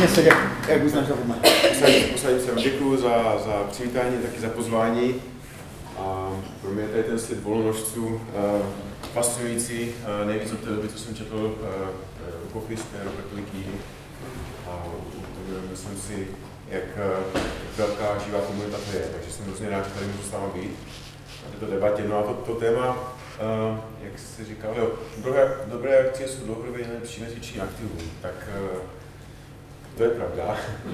se, jak uznáš za vůbec. Posadím se, děkuju za přivítání, taky za pozvání. A pro mě je tady ten svět volnožců fascinující, nejvíc od té doby, co jsem četl rukopis Robertovy knihy. A myslím si, jak velká živá komunita to je, takže jsem hrozně rád, že tady můžu s vámi být na této debatě. No a to téma, jak jsi říkal, jo, dobré akcie jsou dlouhodobě nejlepší měsíční aktivum, tak to je pravda.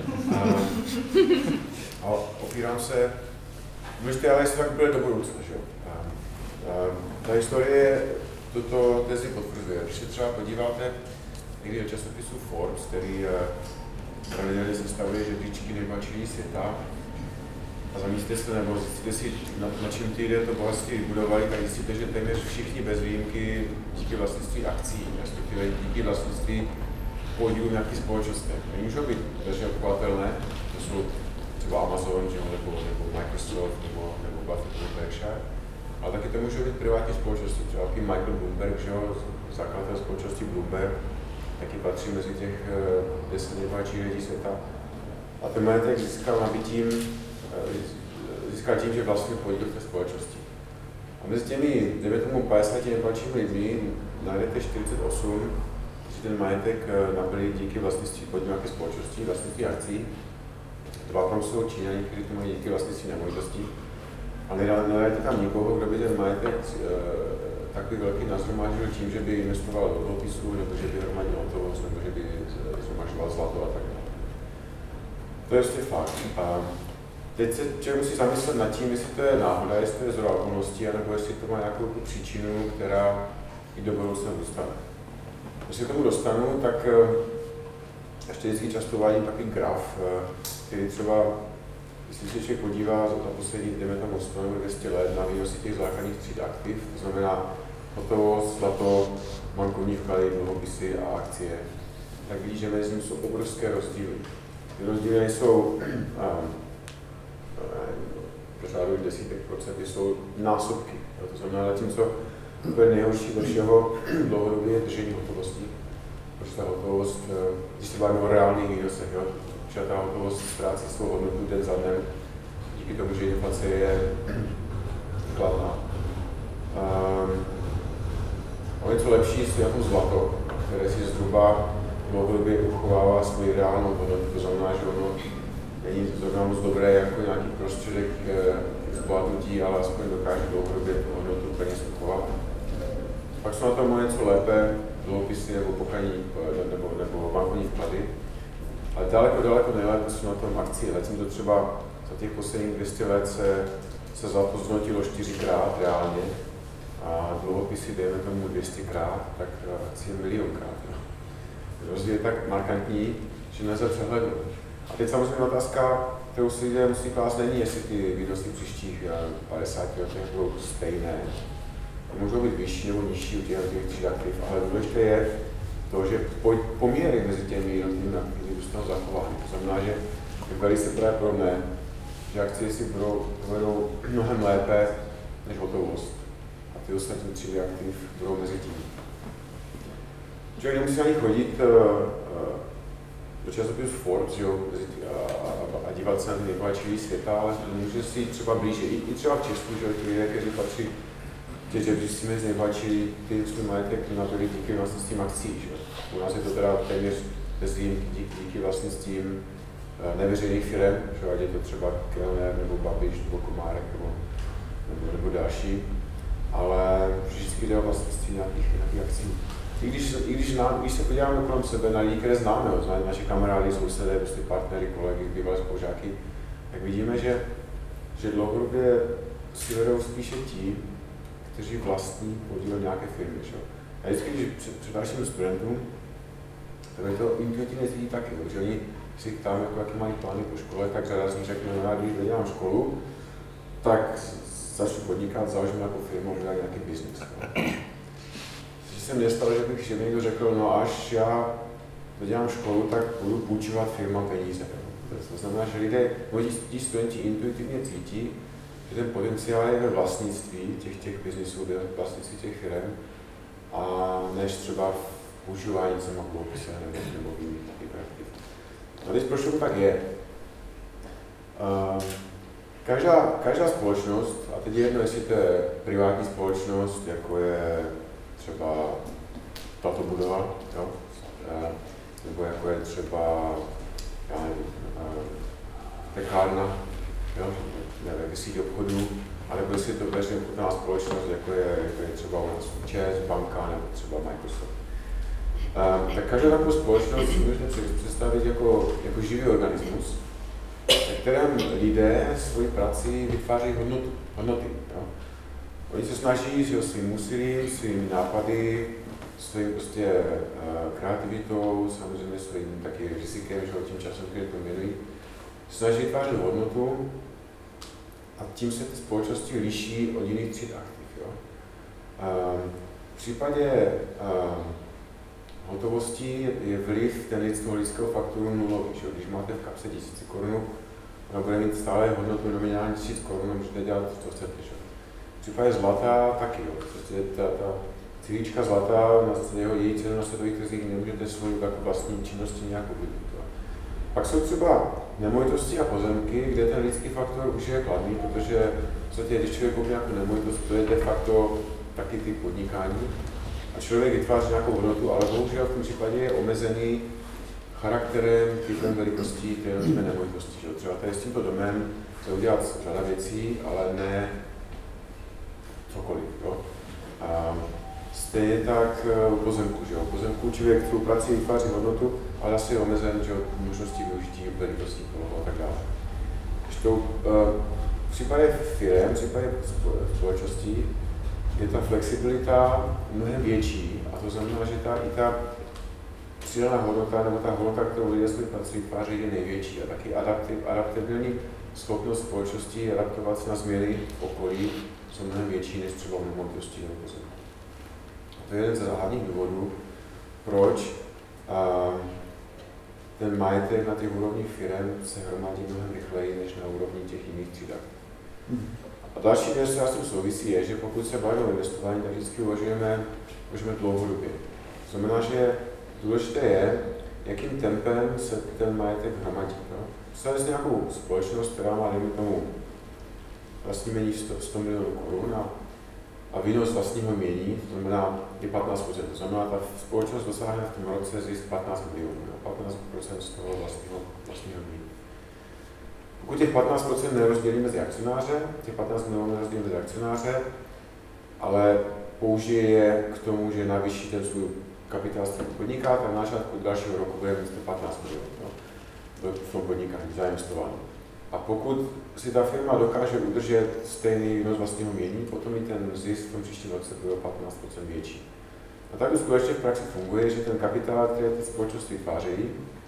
A opírám se, důležité, ale jestli tak bude do budoucna, že jo. Ta historie tuto tezi potvrzuje. Když se třeba podíváte někdy do časopisu Forbes, který pravidelně sestavuje žebříčky nejbohatších světa, a zamyslíte se nebo zjistíte si, na čím ty lidé to bohatství vybudovali, tak zjistíte, že téměř všichni bez výjimky díky vlastnictví akcí, respektive díky vlastnictví podílu nějaký společnosti. Nemůžou být veřejně okupovatelné, to jsou třeba Amazon, nebo Microsoft, nebo Buffett, nebo Berkshire, ale taky to můžou být privátní společnosti, třeba taky Michael Bloomberg, že jo, zakladatel společnosti Bloomberg, taky patří mezi těch 10 nejbohatších lidí světa. A ten majetek získal tím, že vlastně podíl v té společnosti. A mezi těmi 50 nejbohatšími lidmi najdete 48, kteří ten majetek nabyli díky vlastnictví podíl nějaké společnosti, vlastnictví akcí. 2 tam jsou Číňani, kteří to mají díky vlastnictví nemovitostí. A nenajdete tam nikoho, kdo by ten majetek takový velký nazhromáždil tím, že by investoval do dluhopisů, nebo že by hromadil hotovost, nebo že by zhromažďoval zlato a tak dále. To je prostě fakt. A teď se člověk musí zamyslet nad tím, jestli to je náhoda, jestli to je zrovna okolností, anebo jestli to má nějakou příčinu, která i do budoucna dostane. Když se k tomu dostanu, tak ještě vždycky často uvádím takový graf, který třeba, když se člověk podívá za poslední, jdeme tam 100 nebo 200 let na výnosy těch základních tříd aktiv, to znamená hotovost, zlato, bankovní vklady, dluhopisy a akcie, tak vidí, že mezi nimi jsou obrovské rozdíly. Ty rozdíly nejsou v řádu desítek procent, jsou násobky. To znamená, zatímco úplně nejhorší do všeho dlouhodobě je držení hotovosti. Protože ta hotovost, když se bavíme o reálných výnosech, že ta hotovost ztrácí svou hodnotu den za dnem, díky tomu, že inflace je kladná. O něco lepší je na tom zlato, které si zhruba dlouhodobě uchovává svoji reálnou hodnotu. To znamená, že ono není zrovna moc dobré jako nějaký prostředek zbohatnutí, ale aspoň dokáže dlouhodobě tu hodnotu peněz uchovat. Pak jsou na tom o něco lépe dluhopisy nebo pokraní nebo bankovní vklady. Ale daleko nejlépe jsou na tom akcie. Zatímco třeba za těch posledních 200 let se zlato zhodnotilo 4krát reálně a dluhopisy dejme tomu 200krát, tak akcie milionkrát. Rozdíl je tak markantní, že nelze přehlednout. A teď samozřejmě otázka, kterou si lidé musí klást, není, jestli ty výnosy příštích 50 letech budou stejné. Můžou být vyšší nebo nižší u těch tříd aktiv, ale důležité je to, že poměry mezi těmi jednotlivými aktivy zůstanou zachovány. To znamená, že je velice pravděpodobné, že akcie si povedou mnohem lépe než hotovost. A ty ostatní třídy aktiv budou mezi tím. Člověk nemusí ani chodit do časopisu Forbes a dívat se na ty nejbohatší světa, ale může si jít třeba blíže, i třeba v Česku, že ti lidé, kteří patří těch žebříčcích mezi nejbohatší, ty svůj majetek nabyli díky vlastnictvím akcí. Že? U nás je to teda téměř bez výjimky díky vlastnictvím neveřejných firm, že ať je to třeba Kellner, nebo Babiš, nebo Komárek, nebo další, ale vždycky jde o vlastnictví nějakých akcí. I když se podíváme kolem sebe na lidi, které známe, naše kamarády, sousedé, prostě partnery, kolegy, bývalé spolužáky, tak vidíme, že dlouhodobě si vedou spíše ti, kteří vlastní podíl nějaké firmy. Že? A vždycky, když přednáším studentům, tak to intuitivně cítí taky, že oni si ptáme, jaké mají plány po škole, tak řada z nich řekne, no já když vydělám školu, tak začnu podnikat, založím nějakou firmu, udělám nějaký biznis. Že se mně stalo, že mi někdo řekl, no až já dodělám školu, tak budu půjčovat firmám peníze. To znamená, že lidé, ti studenti intuitivně cítí, že ten potenciál je ve vlastnictví těch biznisů, ve vlastnictví těch firm, a než třeba v používání dluhopisů nebo jiných aktiv. A teď proč to tak je? Každá společnost, a teď je jedno, jestli to je privátní společnost, jako je třeba tato budova, jo? Nebo jako je třeba, já nevím, pekárna, nevím, síť obchodů, anebo jestli je to veřejně obchodná společnost, jako je třeba u nás ČEZ, banka nebo třeba Microsoft. Tak každá takovou společnost si můžete představit jako živý organismus, ve kterém lidé svoji prací vytváří hodnoty. Jo? Oni se snaží svým úsilím, svými nápady, svým prostě kreativitou, samozřejmě svým taky rizikem, že tím časem, který to věnují, snaží vytvářet hodnotu a tím se ty společnosti liší od jiných tříd aktiv. Jo? V případě hotovosti je vliv toho lidského faktoru nulový. Že? Když máte v kapse 1000 korun, ona bude mít stále hodnotu nominální 1000 korun a můžete dělat, co chcete. Že? V případě zlata taky. Jo? Prostě ta cihlička zlata na její cenu na světových trzích nemůžete svou vlastní činnosti nějak ovlivnit. Pak jsou třeba nemovitosti a pozemky, kde ten lidský faktor už je kladný, protože když člověk koupí nějakou nemovitost, to je de facto taky typ podnikání a člověk vytváří nějakou hodnotu, ale bohužel v tom případě je omezený charakterem, typem velikostí té nemovitosti. Že? Třeba tady s tímto domem chce udělat řada věcí, ale ne cokoliv. Jo? Stejně tak u pozemku. Že? U pozemku člověk tou prací vytváří hodnotu, ale asi je omezen, že možnosti využití velikostí polohu a tak dále. V případě firem, v případě společností je ta flexibilita mnohem větší a to znamená, že i ta přidaná hodnota nebo ta hodnota, kterou lidé svůj prací vytváří, je největší a taky adaptabilní schopnost společnosti adaptovat se na změny v okolí jsou mnohem větší než třeba u nemovitostí nebo pozemku. To je jeden z hlavních důvodů, proč ten majetek na těch úrovních firem se hromadí mnohem rychleji než na úrovni těch jiných tříd. A další věc, která s tím souvisí, je, že pokud se bavíme o investování, tak vždycky uvažujeme dlouhodobě. To znamená, že důležité je, jakým tempem se ten majetek hromadí. Představte si nějakou společnost, která má, dejme tomu, vlastní mění 100 milionů korun a výnos vlastního mění, to znamená je 15%. To znamená, ta společnost dosáhne v tom roce zisk 15 milionů, 15% z toho vlastního mění. Pokud těch 15% nerozdělí mezi akcionáře, těch 15 milionů nerozdělí mezi akcionáře, ale použije je k tomu, že navýší ten svůj kapitál, s tím podniká, tak na začátku dalšího roku bude mít 115 milionů v tom podnikání zainvestováno. A pokud si ta firma dokáže udržet stejný výnos vlastního mění, potom i ten zisk v tom příštím roce bude o 15% větší. A tak to skutečně v praxi funguje, že ten kapitál, který ty společnosti vytvářejí,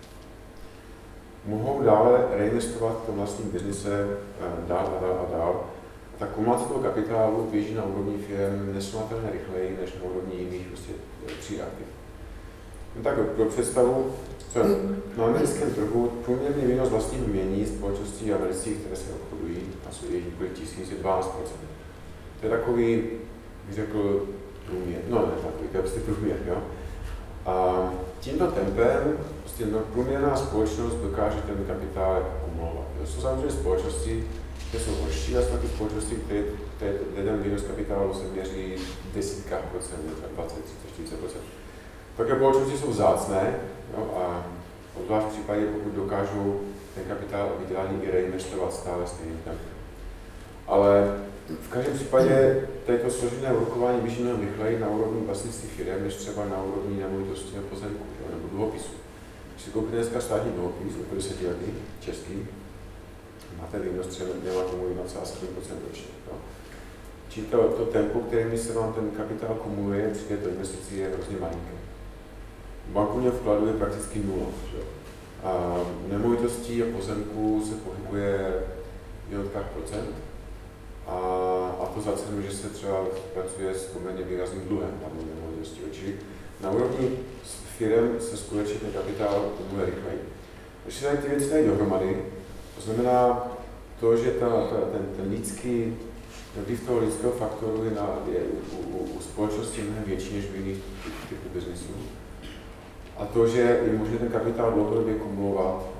mohou dále reinvestovat v tom vlastním biznise dál a dál. A ta kumulace toho kapitálu běží na úrovni firm nesrovnatelně rychleji než na úrovni jiných tříd aktiv. No tak pro představu, co na americkém trhu průměrný výnos vlastního mění společností amerických, které se obchodují, a jsou jejich několik tisíc, je 12%. To je takový, bych řekl, průměr, no ne takový, to je prostě průměr, jo. A tímto tempem prostě průměrná společnost dokáže ten kapitál akumulovat. To jsou samozřejmě společnosti, které jsou horší, a jsou taky společnosti, které ten výnos kapitálu se měří v desítkách procent, 20, 30, 40%. Také společnosti jsou vzácné, jo, a obzvlášť v případě, pokud dokážou ten kapitál vydělaný i reinvestovat stále stejným tempem. Ale v každém případě této složené rokování běží mnohem rychleji na úrovni vlastnictví firem, než třeba na úrovni nemovitosti nebo pozemku nebo dluhopisu. Když si koupíte dneska státní dluhopis, o 10 lety, český, máte výnos třeba měla tomu 1,7% ročně. Čili to tempo, kterým se vám ten kapitál kumuluje při této investici, je hrozně malinké. Bankovního vkladu je prakticky nula. A nemovitostí a pozemků se pohybuje v jednotkách procent. A to za cenu, že se třeba pracuje s poměrně výrazným dluhem na nemovitosti. Čili na úrovni firem se skutečně ten kapitál kumuluje rychleji. Když se ty věci dají dohromady, to znamená to, že ten lidský, ten vliv toho lidského faktoru je u společnosti mnohem větší než v jiných typů biznisů. A to, že je možné ten kapitál dlouhodobě kumulovat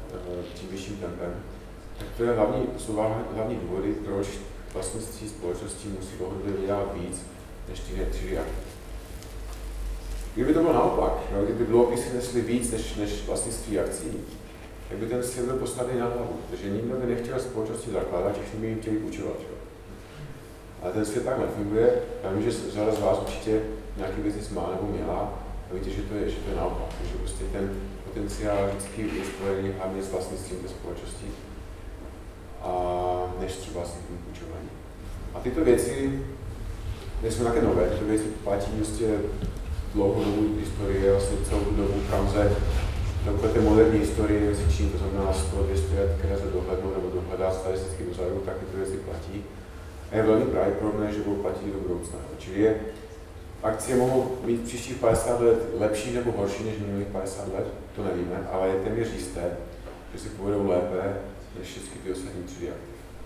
tím vyšším tempem, tak to jsou hlavní důvody, proč vlastnictví společnosti musí dlouhodobě vydávat víc než ty 3 miliardy. Kdyby to bylo naopak, kdyby dluhopisy nesly víc než vlastnictví akcí, tak by ten svět byl postavený na hlavu, protože nikdo by nechtěl společnosti zakládat, všichni by jim chtěli půjčovat. Ale ten svět tak nefunguje. Já vím, že řada z vás určitě nějaký biznis má nebo měla a víte, že to je naopak. Takže prostě ten potenciál vždycky je spojený hlavně s vlastnictvím té společnosti a než třeba s tím půjčování. A tyto věci nejsou také nové, tyto věci platí prostě dlouhodobou historii, vlastně celou dobu Kamze, takové té moderní historii, mezi čím, to znamená 100-200 let, které se dohlednou nebo dohledá statisticky dozadu, tak tyto věci platí. A je velmi pravděpodobné, že budou platit do budoucna. Čili akcie mohou mít příštích 50 let lepší nebo horší než minulých 50 let, to nevíme, ale je téměř jisté, že si povedou lépe než všechny ty ostatní 3 aktiv.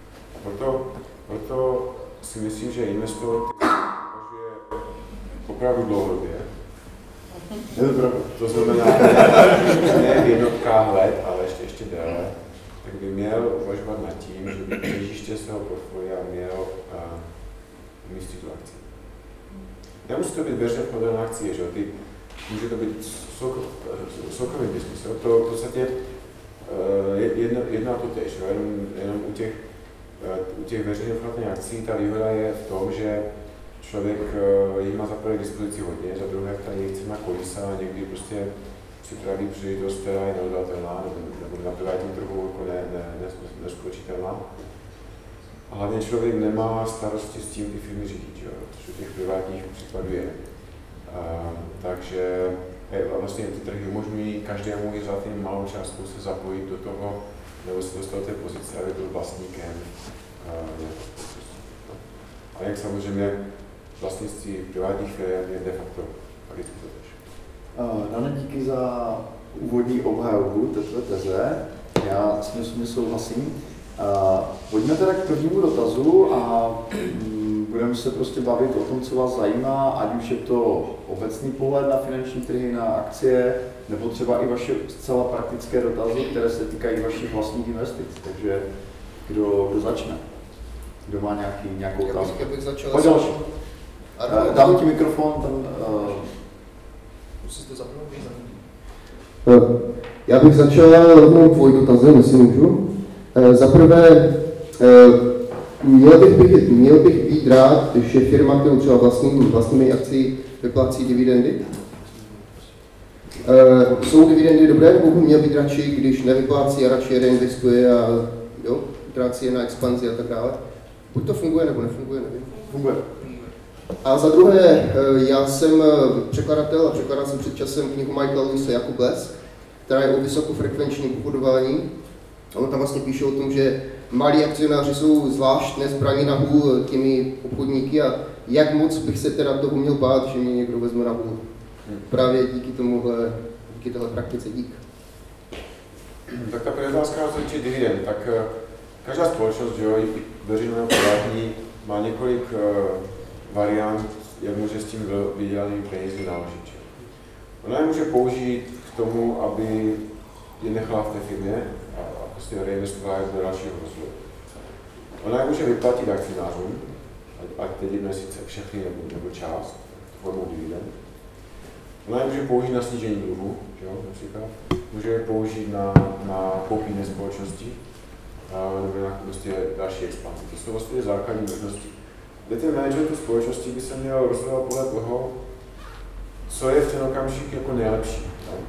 Proto si myslím, že investor uvažuje opravdu dlouhodobě. To znamená ne v jednotkách let, ale ještě déle, tak by měl uvažovat nad tím, že by těžiště svého portfolia měl umístit do akcí. Nemusí to být běžně vkládané akcie, že? Může to být soukromý biznis. To v podstatě jedná to tež. Jenom u těch veřejně vkládaných akcí ta výhoda je v tom, že člověk jich má za prvé k dispozici hodně, za druhé tady chce na kolisa a někdy prostě připraví příležitost, která je neodolatelná, nebo na privátním trhu jako neskutečitelná. A hlavně člověk nemá starosti s tím ty firmy řídit, což u těch privátních případů je. Takže vlastně ty trhy umožňují každému i za tím malou částku se zapojit do toho, nebo se dostat do té pozice, aby byl vlastníkem. A jak samozřejmě vlastnictví privátních firm je de facto prakticky to tež. Dane, díky za úvodní obhajobu této teze. Já s tím souhlasím. Pojďme teda k prvnímu dotazu a budeme se prostě bavit o tom, co vás zajímá, ať už je to obecný pohled na finanční trhy, na akcie, nebo třeba i vaše zcela praktické dotazy, které se týkají vašich vlastních investic. Takže kdo začne? Kdo má nějakou otázku? Já bych začal. Pojď další. Dám ti mikrofon, Musíš to zapnout? Já bych začal rovnou tvůj dotazem, jestli můžu. Za prvé, měl bych být rád, že firma, kterou třeba vlastními akcí vyplácí dividendy. Jsou dividendy dobré, nebo bych měl být radši, když nevyplácí a radši je reinvestuje a trácí je na expanzi a tak dále. Buď to funguje, nebo nefunguje, nevím. Funguje. A za druhé, já jsem překladatel a překladal jsem před časem knihu Michaela Lewise Jakub Blesk, která je o vysokofrekvenčním obchodování. On tam vlastně píše o tom, že malí akcionáři jsou zvlášť nezbraní na hůl těmi obchodníky a jak moc bych se teda toho měl bát, že mě někdo vezme na hůl. Právě díky téhle praktice dík. Tak ta první otázka je dividend. Tak každá společnost, že jo, veřejná nebo privátní, má několik variant, jak může s tím vydělanými penězi naložit. Ona je může použít k tomu, aby je nechala v té firmě a prostě reinvestovala do dalšího rozvoje. Ona je může vyplatit akcionářům, ať teď jedno sice všechny nebo část, formou dividend. Ona je může použít na snížení dluhu, například. Může je použít na koupení společnosti nebo na prostě další expanzi. To jsou vlastně základní možnosti. Kde ten management společnosti by se měl rozhodovat podle toho, co je v ten okamžik jako nejlepší.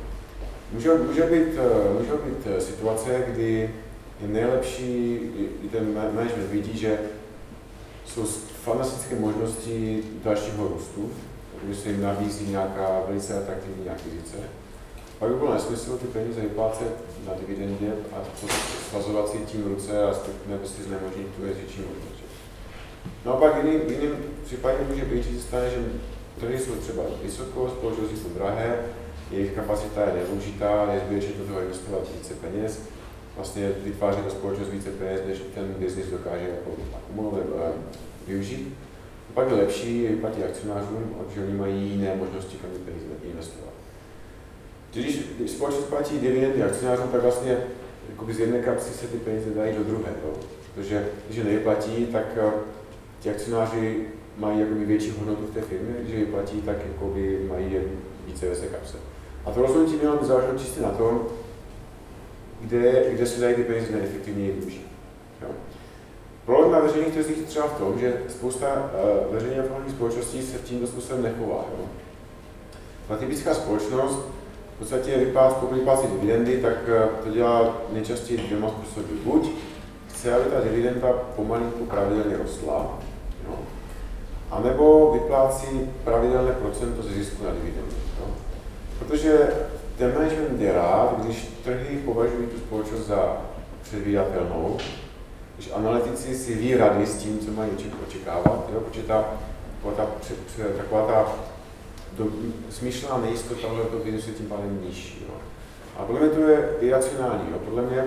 Může být situace, kdy je nejlepší, kdy ten management vidí, že jsou fantastické možnosti dalšího růstu, když se jim nabízí nějaká velice atraktivní akvizice. Pak by bylo nesmysl ty peníze vyplácet na dividendě a svazovat si tím ruce a nebo si znemožnit tu větší možnost. No a pak jiným případem může být, že se stane, že trhy jsou třeba vysoko, společnosti jsou drahé, jejich kapacita je nevyužitá, je zbytečné do toho investovat více peněz, vlastně vytváří ta společnost více peněz, než ten biznis dokáže akumulovat využít. A pak je lepší vyplatit akcionářům, protože oni mají jiné možnosti, kam peníze investovat. Když společnost platí dividendy akcionářům, tak vlastně jakoby z jedné kapsy se ty peníze dají do druhé, jo? Protože když je nevyplatí, tak ti akcionáři mají jakoby větší hodnotu v té firmě, když je vyplatí, tak jakoby mají více ve své kapse. A to rozhodnutí mělo by záležet čistě na tom, kde se dají ty peníze neefektivněji využít. Problém na veřejných trzích je třeba v tom, že spousta veřejně aplikovaných společností se tímto způsobem nechová. Jo? Ta typická společnost v podstatě pokud vyplácí dividendy, tak to dělá nejčastěji dvěma způsoby. Buď chce, aby ta dividenda pomalinku pravidelně rostla, jo? Anebo vyplácí pravidelné procento ze zisku na dividendu. Jo? Protože ten management je rád, když trhy považují tu společnost za předvídatelnou, když analytici si ví rady s tím, co mají očekávat, jo? Protože taková ta smyšlená nejistota toho biznesu je tím pádem nižší. Jo? A podle mě to je iracionální. Jo? Podle mě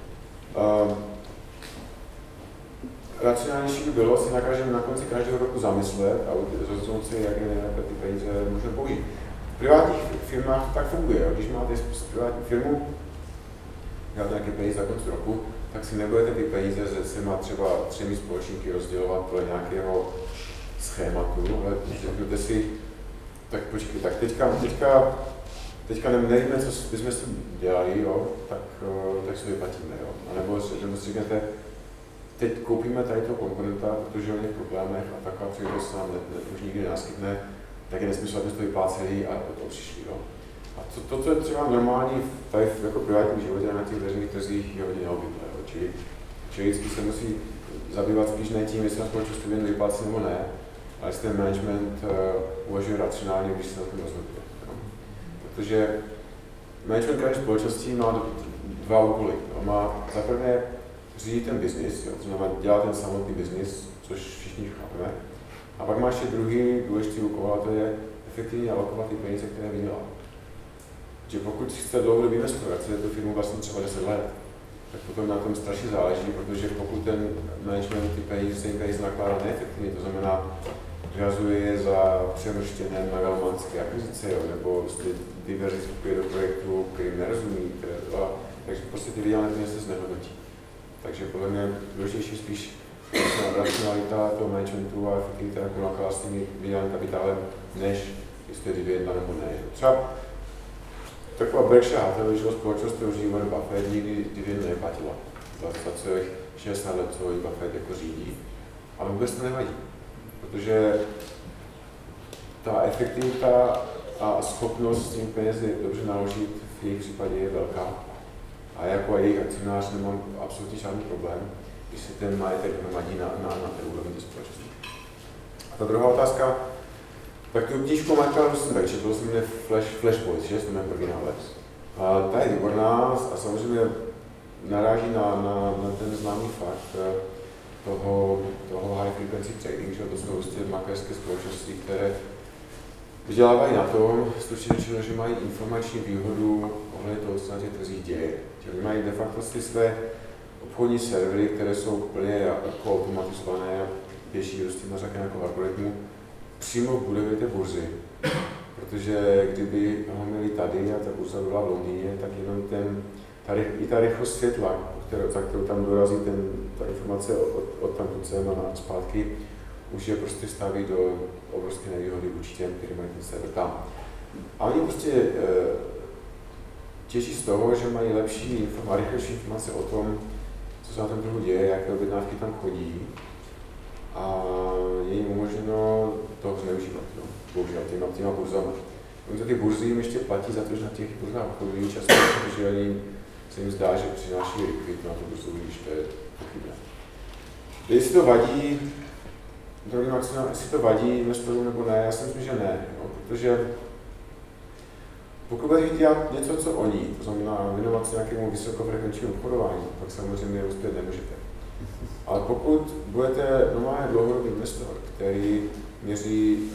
racionálnější by bylo si na konci každého roku zamyslet a rozhodnout si, jak je nejlépe ty peníze můžeme použít. V privátních firmách tak funguje. Jo? Když máte privátní firmu, děláte nějaké peníze na konci roku, tak si nebudete ty peníze se třeba 3 společníky rozdělovat podle nějakého schématu, ale řeknete si, tak počkej, tak teďka nevíme, co bychom si dělali, jo, tak si vyplatíme, jo. A nebo si řeknete, teď koupíme tady toho konkurenta, protože on je v problémech a taková příležitost se nám už nikdy nenaskytne, tak je nesmysl, aby to vypláceli a to přišli, jo. A to je třeba normální tady jako privátním životě na těch veřejných trzích je hodně neobvyklé, jo. Čili vždycky se musí zabývat spíš ne tím, jestli na společnost dividendu vyplácí nebo ne, ale jestli ten management uvažuje racionálně, když se na tom rozhoduje. Protože management každé společnosti má 2 úkoly. Má za prvé řídit ten biznis, to znamená dělat ten samotný biznis, což všichni chápeme. A pak má ještě druhý důležitý úkol, a to je efektivně alokovat ty peníze, které vydělá. Že pokud chce dlouhodobě investovat, chce tu firmu vlastně třeba 10 let, tak potom na tom strašně záleží, protože pokud ten management ty peníze nakládá neefektivně, to znamená, vyhazuje je za přemrštěné megalomanské akvizice, nebo prostě diverzifikuje do projektu, kterým nerozumí, takže prostě ty vydělané peníze se znehodnotí. Takže podle mě důležitější spíš racionalita toho managementu a efektivita, jako nakládá s tím vydělaným kapitálem, než jestli je dividenda nebo ne. Třeba taková Berkshire Hathaway společnost, kterou řídí Warren Buffett, nikdy dividendu neplatila. Za celých 60 let, co ji Buffett jako řídí, ale vůbec to nevadí. Protože ta efektivita a schopnost s tím penězi dobře naložit v jejich případě je velká. A jako jejich akcionář nemám absolutně žádný problém, když se ten majetek hromadí na té úrovni té společnosti. A ta druhá otázka, tak tu knížku Michaela Rosenberg četl jsem mě Flash Boys, že? To je originál. A ta je výborná a samozřejmě naráží na ten známý fakt toho high frequency trading, že to jsou prostě makléřské společnosti, které vydělávají na tom, stručně řečeno, že mají informační výhodu ohledně toho, co na těch trzích děje. Oni mají de facto své obchodní servery, které jsou plně jako automatizované a běží prostě na řadě jako algoritmu přímo v budově té burzy. Protože kdyby ho měli tady a ta burza byla v Londýně, tak jenom ta rychlost světla, za kterou tam dorazí ta informace od tamtud sem a zpátky, už je prostě staví do obrovské nevýhody vůči těm, kteří mají ten server tam. A oni prostě těží z toho, že mají lepší a rychlejší informace o tom, co se na tom trhu děje, jaké objednávky tam chodí a je jim umožněno to zneužívat, bohužel, těma burzama. Oni za ty burzy jim ještě platí za to, že na těch burzách obchodují často, protože se jim zdá, že přináší likviditu na tu burzu, když to je pochybné. Jestli to vadí, jestli to vadí investorům nebo ne, já si myslím, že ne, protože pokud budete dělat něco, co oni, to znamená věnovat se nějakému vysokofrekvenčnímu obchodování, pak samozřejmě uspět nemůžete. Ale pokud budete normálně dlouhodobý investor, který měří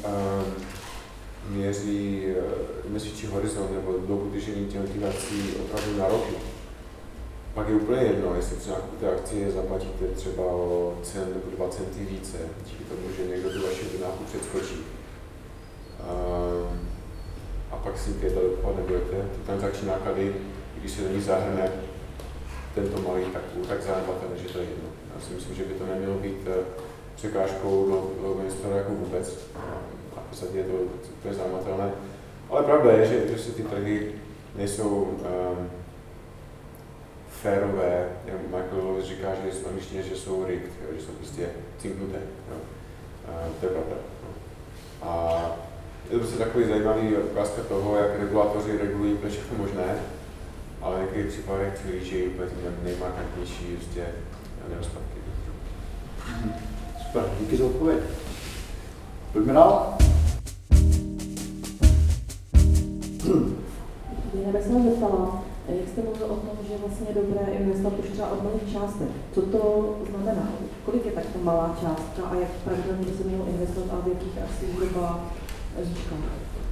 měsíční horizont nebo dobu držení těch akcí opravdu na roky, pak je úplně jedno, jestli při nákupu té akcie zaplatíte třeba o cen nebo 2 centy více, díky tomu, že někdo tu vaši nákup předskočí. A pak si 5 let dopadne budete, ty transakční náklady, když se do nich zahrne tento malý tak zanedbatelný, že to je jedno. Já si myslím, že by to nemělo být překážkou dlouhého investora jako vůbec. A v podstatě je to úplně zanedbatelné. Ale pravda je, že si ty trhy nejsou férové. Michael Lewis říká, že v angličtině, že jsou rigged, že jsou prostě cinknuté. To je pravda. A je to prostě takový zajímavý ukázka toho, jak regulátoři regulují úplně všechno možné, ale v některých případech přihlížejí úplně ty nejmarkantnější prostě nedostatky. Super, díky za odpověď. Pojďme dál. Já bych se vás zeptala, jak jste mluvil o tom, že vlastně je dobré investovat už třeba od malých částek. Co to znamená? Kolik je takto malá částka a jak pravidelně by se mělo investovat a v jakých asi zhruba říkám?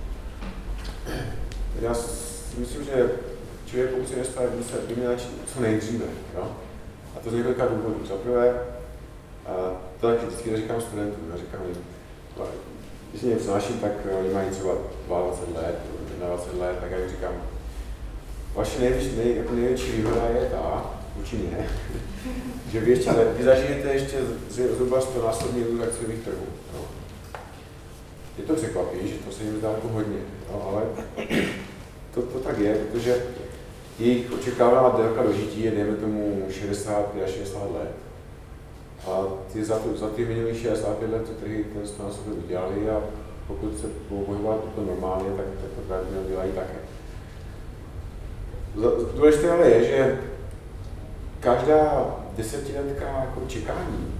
Já si myslím, že člověk, pokud se investovat, by měl co nejdříve. Jo? A to z několika důvodů. Za prvé, to taky vždycky říkám studentům, říkám jim, když mě vznáším, tak oni mají třeba 22 let, 21 let, tak já jim říkám, vaše největší výhoda je ta, vůči mě, že vy zažijete ještě zhruba 100násobný růst akciových trhů. No. Je to překvapí, že to se jim zdá jako hodně, no, ale to tak je, protože jejich očekávaná délka dožití je, dejme tomu, 65 až 60 let. A za ty minulých 65 let ty trhy ten násobek udělali a pokud se budou pohybovat to normálně, tak to právě dělají také. Důležité ale je, že každá desetiletka jako čekání,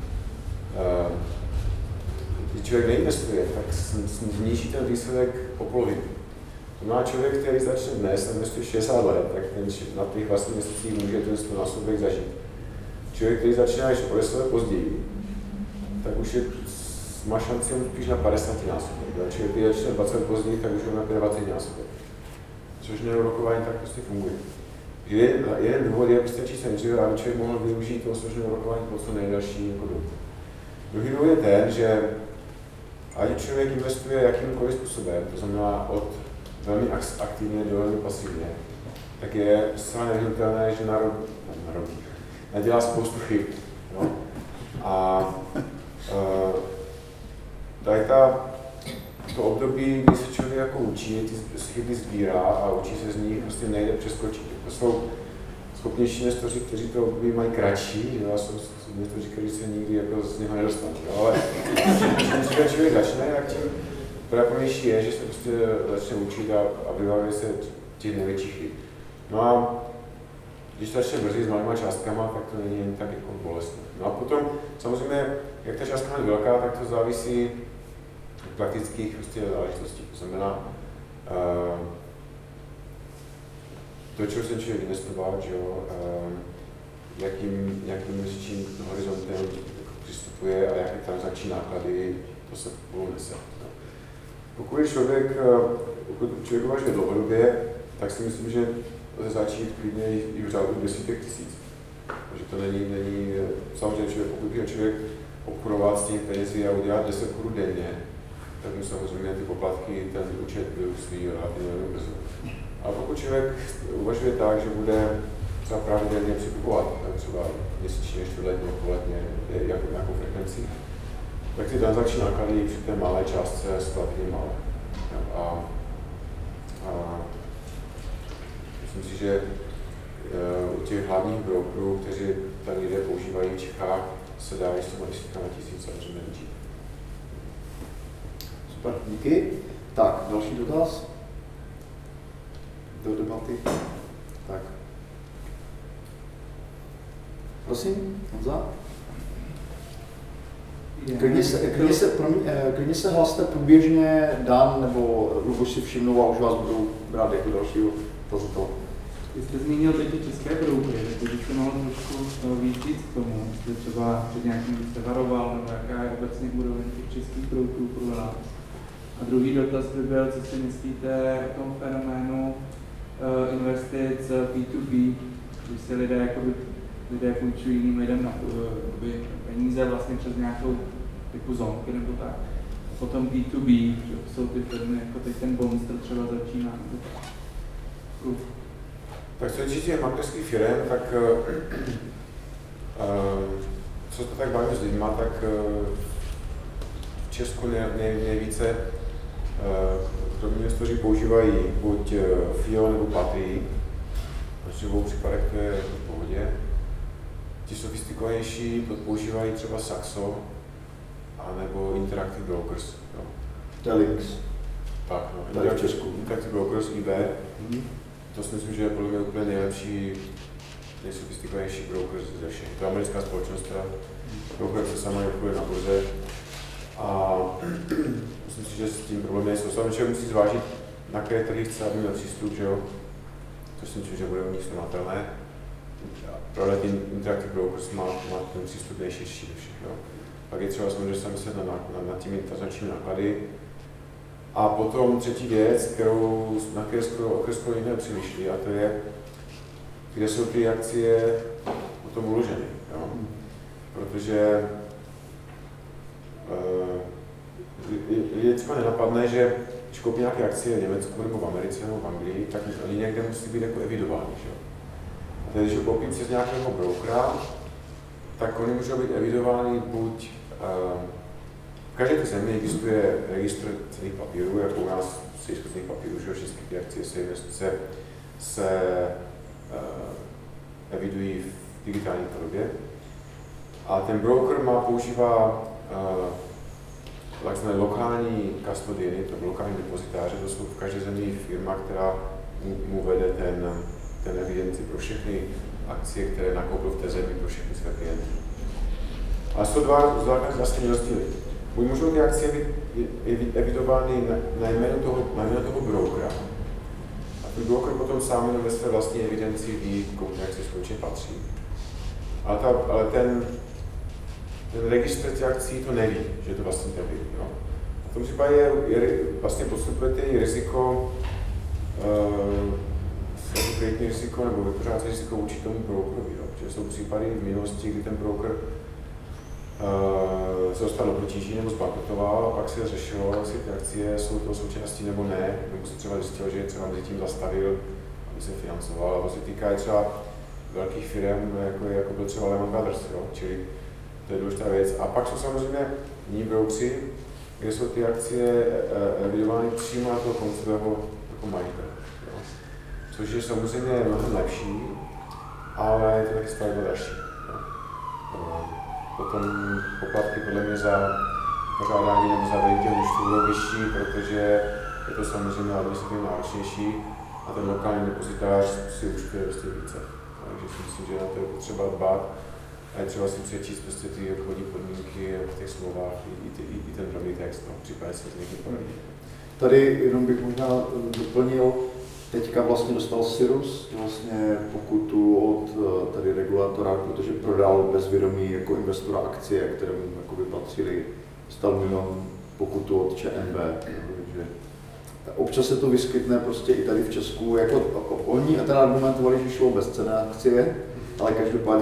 když člověk neinvestuje, tak zniží ten výsledek o polovinu. To má člověk, který začne dnes a investuje 60 let, tak ten na těch vlastních měsících může ten násobek zažít. Člověk, který začíná až o 10 let později, tak už má šanci spíš na 50 násobek. Člověk, který začne 20 let později, tak už má 20 násobek. Což neurokování tak prostě funguje. Jeden důvod je, abyste číst nejdříve, aby člověk mohl využít toho složného neurokování po co nejdelší dobu. Druhý důvod je ten, že ať člověk investuje jakýmkoliv způsobem, to znamená od velmi aktivně do velmi pasivně, tak je zcela nevyhnutelné, že nadělá spoustu chyb. No? A tady to období, kdy se člověk jako učí, ty chyby sbírá a učí se z nich, prostě nejde přeskočit. To jsou schopnější investoři, kteří to období mají kratší, já jsou investoři, kteří se nikdy jako z něho nedostanou. Ale když člověk začne, tak tím pravděpodobnější je, že se prostě začne učit a vyvaruje se těch největších chyb. No a když začne brzy s malýma částkama, tak to není jen tak jako bolestné. No a potom samozřejmě, jak ta částka je velká, tak to závisí od praktických prostě záležitostí. To znamená, to, čeho se člověk investovat, že jo, jakým měsíčním horizontem přistupuje a jaké transakční náklady to se spolu nese. Pokud člověk uvažuje dlouhodobě, tak si myslím, že lze začít klidně i v řádu desítek tisíc. Takže to není samozřejmě pokud by člověk obchodovat s těmi penězi a udělat 10 korun denně, tak mu samozřejmě ty poplatky, ten účet svý relativně velmi brzo. A pokud člověk uvažuje tak, že bude třeba pravidelně přikupovat, třeba měsíčně, čtvrtletně, poletně, nějakou frekvenci, tak ty transakční náklady při té malé částce jsou relativně malé. A myslím si, že u těch hlavních brokerů, kteří tady lidé používají v Čechách, se dá i s těma desítkama tisíc samozřejmě učit. Super, díky. Tak, další dotaz do debaty. Tak. Prosím, Honza. Klidně se hlaste průběžně, Dan nebo Luboš si všimnou a už vás budou brát jako dalšího tazatele. Vy jste zmínil teď ty české brokery, takže byste mohl trošku víc říct k tomu, jestli třeba před nějakým byste varoval, nebo jaká je obecně úroveň těch českých brokerů pro vás. A druhý dotaz by byl, co si myslíte o tom fenoménu investic P2P, když se lidé půjčují jiným lidem na peníze vlastně přes nějakou typu zónky nebo tak. A potom P2B, že jsou ty firmy, jako teď ten Bonster třeba začíná nebo tak. Tak co je těch maklerských firm, tak co to tak bavím s lidma, tak v Česku nejvíce kromě investoři používají buď FIO nebo Patrii, protože v obou případech to je v pohodě. Ti sofistikovanější používají třeba Saxo, anebo Interactive Brokers. Jo. To je Links. Tak, no, Tady v Česku. Interactive Brokers, IB. To si myslím, že je podle mě úplně nejlepší, nejsofistikovanější broker ze všech. To je americká společnost, která broker se sama obchoduje na burze. A myslím si, že s tím problém nejsou. Samozřejmě musí zvážit, na které trhy chce, aby měl přístup, že jo? Což si myslím, že bude u nich srovnatelné. Pravda, ten Interactive Brokers má ten přístup nejširší do všech, jo? Pak je třeba samozřejmě zamyslet nad těmi transakčními náklady. A potom třetí věc, na které skoro nikdo nepřemýšlí, a to je, kde jsou ty akcie potom uloženy. Jo? Protože je třeba nenapadne, že když koupí nějaké akcie v Německu nebo v Americe nebo v Anglii, tak oni někde musí být jako evidovány. Že? A tedy, když ho koupím přes nějakého brokera, tak oni můžou být evidovány buď v každé té zemi existuje registr cenných papírů, jako u nás registr cenných papírů, že všechny ty akcie se evidují v digitální podobě. A ten broker používá takzvané lokální custodiany, to lokální depozitáře, to jsou v každé zemi firma, která mu vede ten evidenci pro všechny akcie, které nakoupil v té zemi pro všechny své klienty. A jsou dva základní rozdíly. Buď můžou ty akcie být evidovány na jméno toho brokera. A ten broker potom sám ve své vlastní evidenci ví, komu akcie skutečně patří. Ale ten registr těch akcí to neví, že to vlastně neví. No. V tom případě vlastně podstupujete i riziko, kreditní riziko nebo vypořádací riziko vůči tomu brokerovi. Protože jsou případy v minulosti, kdy ten broker se dostal do potíží nebo zbankrotoval a pak se řešilo, jestli ty akcie jsou toho součástí nebo ne, nebo se třeba zjistilo, že třeba mezi tím zastavil, aby se financoval. A to se týká třeba velkých firm, jako byl třeba Lehman Brothers, jo? Čili to je důležitá věc. A pak jsou samozřejmě jiní broukři, kde jsou ty akcie evidovány přímo na toho koncového jako majitele. Což je samozřejmě mnohem lepší, ale je to taky stále dražší. Potom poplatky podle mě za pořádání nebo za vedení těch účtů budou vyšší, protože je to samozřejmě administrativně náročnější a ten lokální depozitář si účtuje prostě více. Takže si myslím, že na to je potřeba dbát a je třeba si přečíst prostě ty obchodní podmínky v těch smlouvách i ten drobný text, no, případně se to někdy poradí. Tady jenom bych možná doplnil, teďka vlastně dostal Cyrus vlastně pokutu od tady regulátora, protože prodal bez vědomí jako investora akcie, které mu jakoby patřily. Dostal milion pokutu od ČNB. Takže občas se to vyskytne prostě i tady v Česku. Jako, oni teda argumentovali, že šlo bezcenné akcie, ale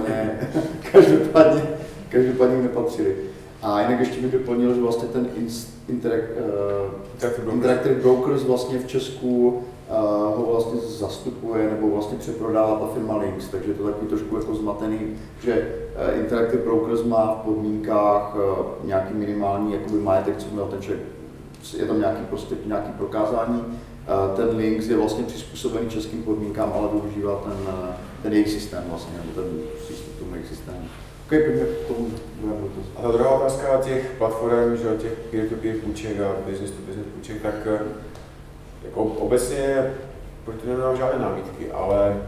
každopádně jim nepatřily. A jinak ještě bych doplnil, že vlastně ten Interactive Brokers vlastně v Česku ho vlastně zastupuje nebo vlastně přeprodává ta firma Links, takže je to takový trošku jako zmatený, že Interactive Brokers má v podmínkách nějaký minimální jakoby majetek, co měl ten člověk, je tam nějaký prokázání. Ten Links je vlastně přizpůsobený českým podmínkám, ale využívá ten jejich systém vlastně, nebo ten přístup k tomu jejich systému. Okay, pojďme k tomu druhému dotazu. A ta druhá otázka těch platform, že těch peer-to-peer půjček a business-to-business půjček, tak jako obecně proti nemám žádné námitky, ale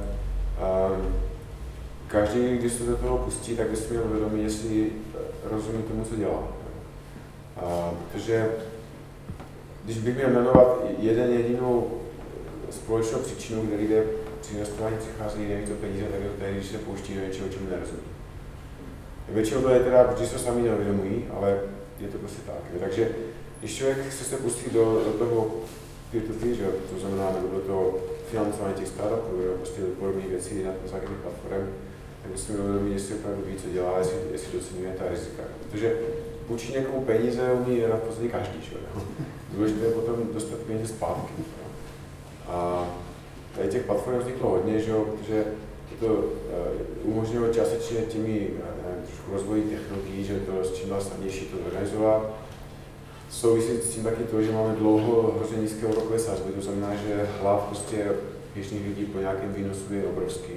každý, když se do toho pustí, tak by si měl vědomí, jestli rozumí tomu, co dělá. Protože když bych měl jmenovat jedinou společnou příčinu, kde lidé při investování přicházejí nejvíc o peníze, tak je to tehdy, když se pouští do něčeho, čemu nerozumí. Většinou to je teda, protože se sami neuvědomují, ale je to prostě tak. Takže když člověk se pustí do toho peer-to-peer, že? To znamená do toho financování těch startupů, prostě do podobných věcí na základních platform, tak musíme uvědomit, jestli opravdu ví, co dělá, jestli docenuje ta rizika. Protože půjčit někomu peníze umí v podstatě každý, že? Důležité je potom dostat peníze zpátky. tady těch platform vzniklo hodně, že jo, protože to umožnilo částečně těmi trošku rozvoji technologií, že to s čím bylo snadnější to zorganizovat. Souvisí s tím taky to, že máme dlouho hrozně nízké úrokové sazby, to znamená, že hlav prostě běžných lidí po nějakém výnosu je obrovský.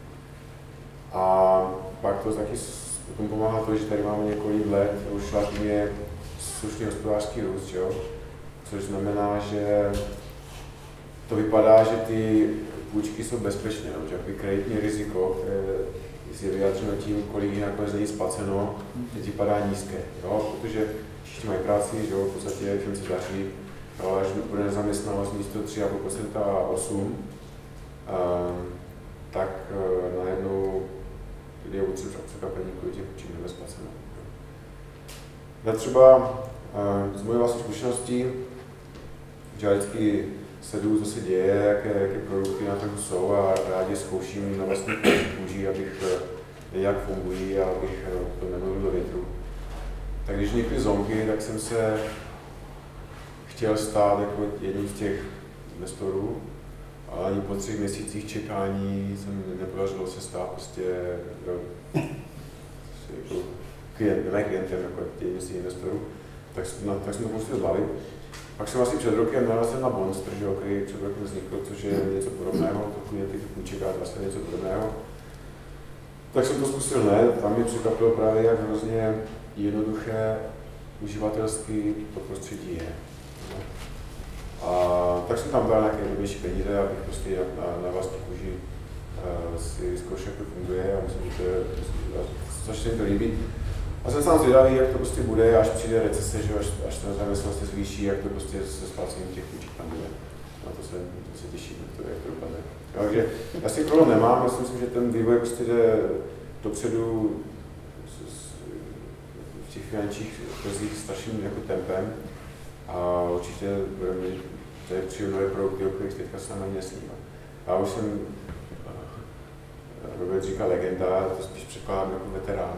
A pak to taky potom pomáhá to, že tady máme několik let, už je slušný hospodářský růst, jo? Což znamená, že to vypadá, že ty půjčky jsou bezpečné, no? Že kreditní riziko, které je vyjádřeno tím, kolik jich nakonec není splaceno, teď vypadá nízké, jo? Protože všichni mají práci, že jo? V podstatě všem se daří, ale až bude nezaměstnanost místo 3,5% a 8%, tak najednou lidé budou překvapení, kolik těch půjček nebude splaceno. Já třeba z mojí vlastní zkušenosti, že já vždycky sleduju, co se děje, jaké produkty na trhu jsou a rádi zkouším na vlastní kůži, abych nějak fungují a abych to nemluvil do větru. Tak když vznikly zombie, tak jsem se chtěl stát jako jedním z těch investorů, ale ani po 3 měsících čekání jsem nepodařilo se stát prostě jako klientem, jako jedním z těch investorů, tak jsme to prostě zvládli. Pak jsem asi před rokem narazil na Monster, který před rokem vznikl, což je něco podobného, takový je těch půjček a vlastně něco podobného. Tak jsem to zkusil hned, tam mě překvapilo právě, jak hrozně jednoduché uživatelsky to prostředí je. A tak jsem tam dal nějaké největší peníze, abych prostě na vlastní kůži si zkoušel, jak to funguje a myslím, že to je, strašně mi to líbí. A jsem sám zvědavý, jak to prostě bude, až přijde recese, že až ta nezaměstnanost se zvýší, jak to prostě se splácením těch půjček tam bude. Na to se těším, jak to dopadne. Takže já si problém nemám, já si myslím, že ten vývoj prostě jde dopředu v těch finančních trzích strašným jako tempem a určitě budeme mít tady přijít nové produkty, o kterých teďka se nám ani nesnívá. Já už jsem Robert říká legenda, to spíš překládám jako veterán,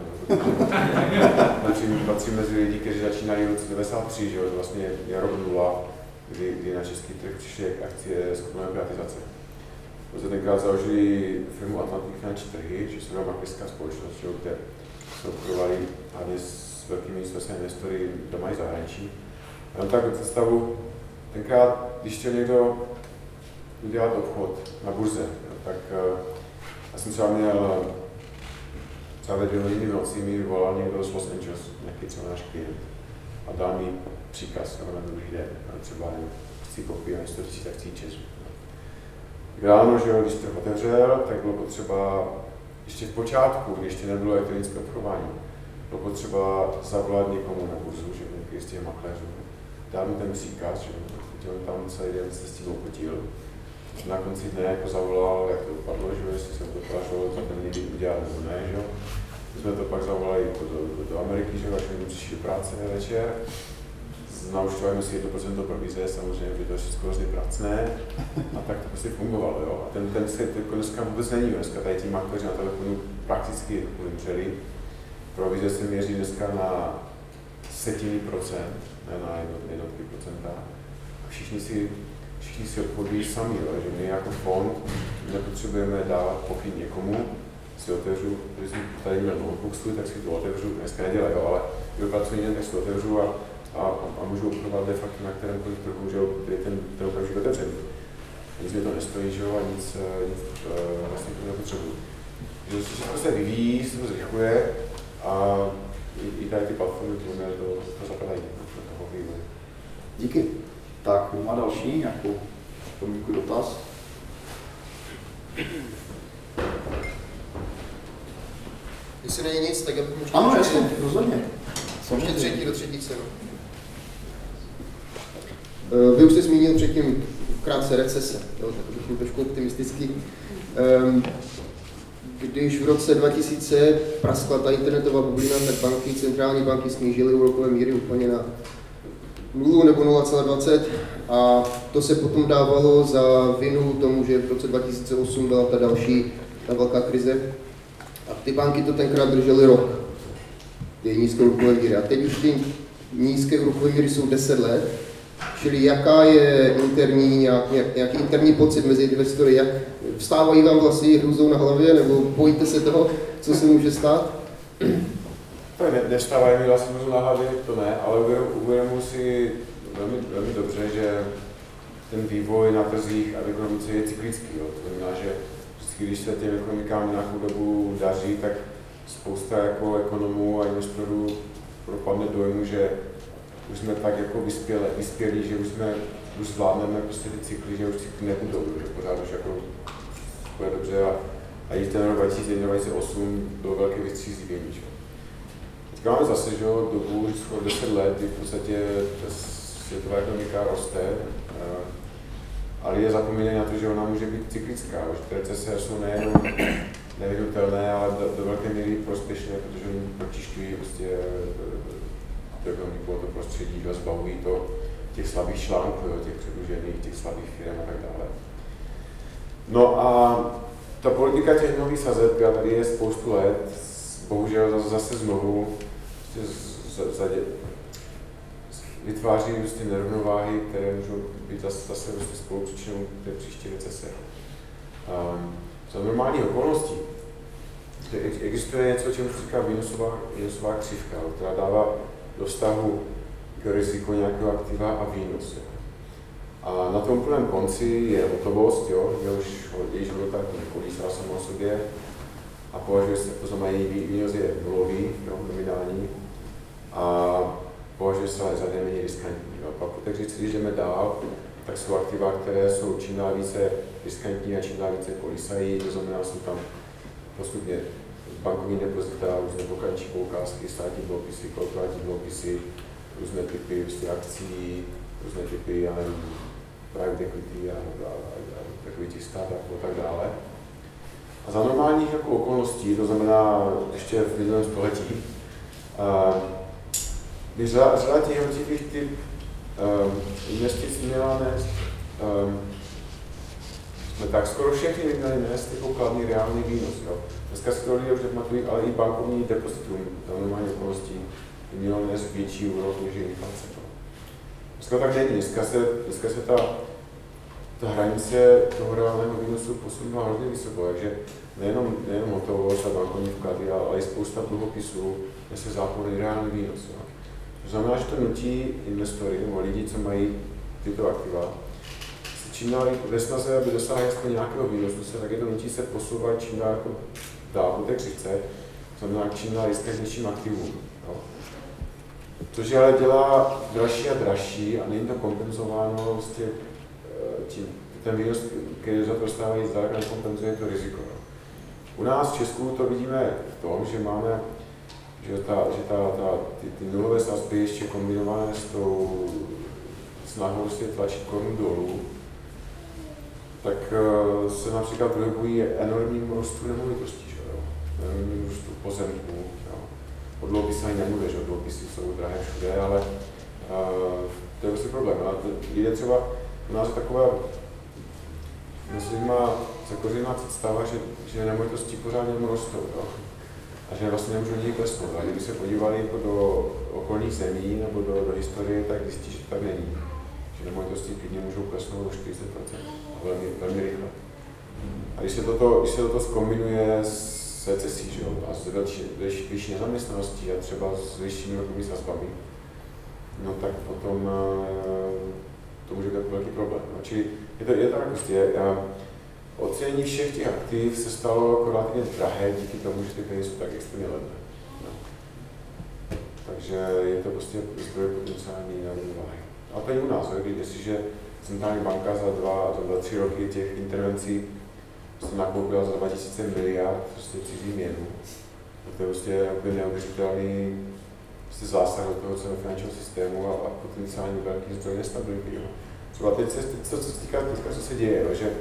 protože patří mezi lidi, kteří začínají v roce 1993, že jo, to vlastně je rok 0, kdy na český trh přišly akcie skupinové privatizace. Protože tenkrát založili firmu Atlantic finanční trhy, že se byla maklerská společnost, že jo, kde se obchodovali hlavně s velkými investory doma i zahraničí. A tak do představu, tenkrát, když chtěl někdo udělat obchod na burze, tak já jsem třeba měl třeba ve 2 hodiny v noci mi volal někdo z Los Angeles, nějaký třeba náš klient a dal mi příkaz na druhý den, třeba chci kopii a 100 000 akcí ČEZu. Ráno, že jo, když trh otevřel, tak bylo potřeba ještě v počátku, když ještě nebylo elektronické obchodování, bylo potřeba zavolat někomu na burzu, že někdy z těch makléřů, dát mu ten příkaz, že on tam celý den se s tím opotil. Na konci dne jako zavolal, jak to dopadlo, že jestli se to podařilo za ten někdy udělat nebo ne, že jo. My jsme to pak zavolali do Ameriky, že až oni přišli do práce večer. Naučtovali si 1% provize, samozřejmě, že to je všechno hrozně pracné a tak to prostě fungovalo, jo. A ten se dneska vůbec není, dneska tady ti makléři na telefonu prakticky vymřeli. Provize se měří dneska na 100%, ne na jednotky procenta. A všichni si odpovědí sami, jo, že my jako fond nepotřebujeme dávat pokyn někomu, si otevřu, když jsem tady měl notebook svůj, tak si to otevřu, dneska nedělají, ale kdo pracuje jinak, tak si to otevřu a můžu obchodovat de facto na kterémkoliv trhu, že je ten okamžik otevřený. Nic mě to nestojí, že jo, a nic vlastně to nepotřebuji. Takže všechno se vyvíjí, se to zrychluje a i tady ty platformy to zapadají do toho vývoje. Díky. Tak, má další nějakou připomínku, dotaz? Jestli není nic, tak já bych možná... Ano, jasně, rozhodně. Ještě do třetí cenu. Vy už jste zmínil předtím krátce recese, jo, tak bych byl trošku optimistický. Když v roce 2000 praskla ta internetová bublina, tak banky, centrální banky snížily úrokové míry úplně na 0 nebo 0,20 a to se potom dávalo za vinu tomu, že v roce 2008 byla ta další ta velká krize a ty banky to tenkrát držely rok, ty nízké úrokové míry. A teď už ty nízké úrokové míry jsou 10 let Čili jaká je nějaký interní pocit mezi investory, jak vstávají vám vlastně hrůzou na hlavě, nebo bojíte se toho, co se může stát? Tak nestávají mi vlastně hrůzou na hlavě, to ne, ale uvědomuji si velmi dobře, že ten vývoj na trzích a v ekonomice je cyklický. Jo. To znamená, že vždycky, když se těm ekonomikám nějakou dobu daří, tak spousta jako ekonomů a investorů propadne dojmu, že už jsme tak jako vyspělí, že už zvládneme prostě ty cykly, že už cykly nebudou, že pořád už jako bude dobře a i ten rok 2001-2008 bylo velké vystřízlivění. Teďka máme zase, že dobu, skoro 10 let, kdy v podstatě ta světová ekonomika roste, ale je zapomínané na to, že ona může být cyklická, že ty recese jsou nejenom nevyhnutelné, ale do velké míry prospěšné, protože oni pročišťují prostě tu ekonomiku, to prostředí, zbavují to těch slabých článků, těch předlužených, těch slabých firm a tak dále. No a ta politika těch nových sazeb, která tady je spoustu let, bohužel zase znovu vytváří prostě nerovnováhy, které můžou být zase spolupříčinou té příští recese. Za normální okolností existuje něco, čemu se říká výnosová křivka, která dává do vztahu k riziku nějakého aktiva a výnos. A na tom úplném konci je hotovost, jejíž hodnota nekolísá sama o sobě a považuje se, to znamená, její výnos je nulový, nominální a považuje se ale za nejméně riskantní. Pak když jdeme dál, tak jsou aktiva, které jsou čím dál více riskantní a čím dál více kolísají, to znamená, jsou tam postupně bankovní depozita, různé pokladniční poukázky, státní dluhopisy, korporátní dluhopisy, různé typy akcí, různé typy private equity a takových těch startupů a tak dále. A za normálních jako okolností, to znamená ještě v minulém století, by řada těch jednotlivých typ investic měla nést, tak skoro všechny by měly nést jako kladný reálný výnos. Jo. Dneska si to lidé už nepamatují, ale i bankovní depozitum za normální okolností by mělo nést větší úrok než je inflace. Dneska tak není. Dneska se ta hranice toho reálného výnosu posunula hodně vysoko, takže nejenom hotovost a bankovní vklady, ale i spousta dluhopisů nese záporný reálný výnos. Jo. To znamená, že to nutí investory nebo lidi, co mají tyto aktiva, se čím dál ve snaze, aby dosáhli aspoň nějakého výnosu, tak je to nutí se posouvat čím dál po té křivce, to znamená čím dál riskantnějším aktivům. Jo. Což ale dělá dražší a dražší a není to kompenzováno vlastně ten výnos, který za to dostávají, zdaleka nekompenzuje to riziko. Jo. U nás v Česku to vidíme v tom, že máme ty nulové sazby ještě kombinované s tou snahou si tlačit korunu dolů, tak se například projevují enormním růstu nemovitostí, enormním růstu pozemků. O dluhopisy ani nemluví, že dluhopisy jsou drahé všude, ale to je prostě problém. Je třeba u nás taková má zakořeněná představa, že nemovitosti pořád jenom rostou. Jo? A že vlastně nemůžou nikdy klesnout. A kdyby se podívali jako do okolních zemí nebo do historie, tak zjistí, že to tak není. Že nemovitosti klidně můžou klesnout o 40%. A velmi rychle. A když se toto zkombinuje s recesí, že jo, a s vyšší nezaměstnaností a třeba s vyššími rokovými sazbami, no tak potom to může být velký problém. No, čili je to prostě. Ocenění všech těch aktiv se stalo jako relativně drahé díky tomu, že ty peníze jsou tak extrémně levné. No. Takže je to prostě zdroj potenciální nerovnováhy. A to i u nás, jestliže centrální banka za 3 roky těch intervencí prostě nakoupila za 2000 miliard prostě cizí měnu, to je prostě neuvěřitelný prostě zásah do toho celého finančního systému a potenciálně velký zdroj nestability. Jo. Třeba teď co se týká teďka, co se děje, jo, že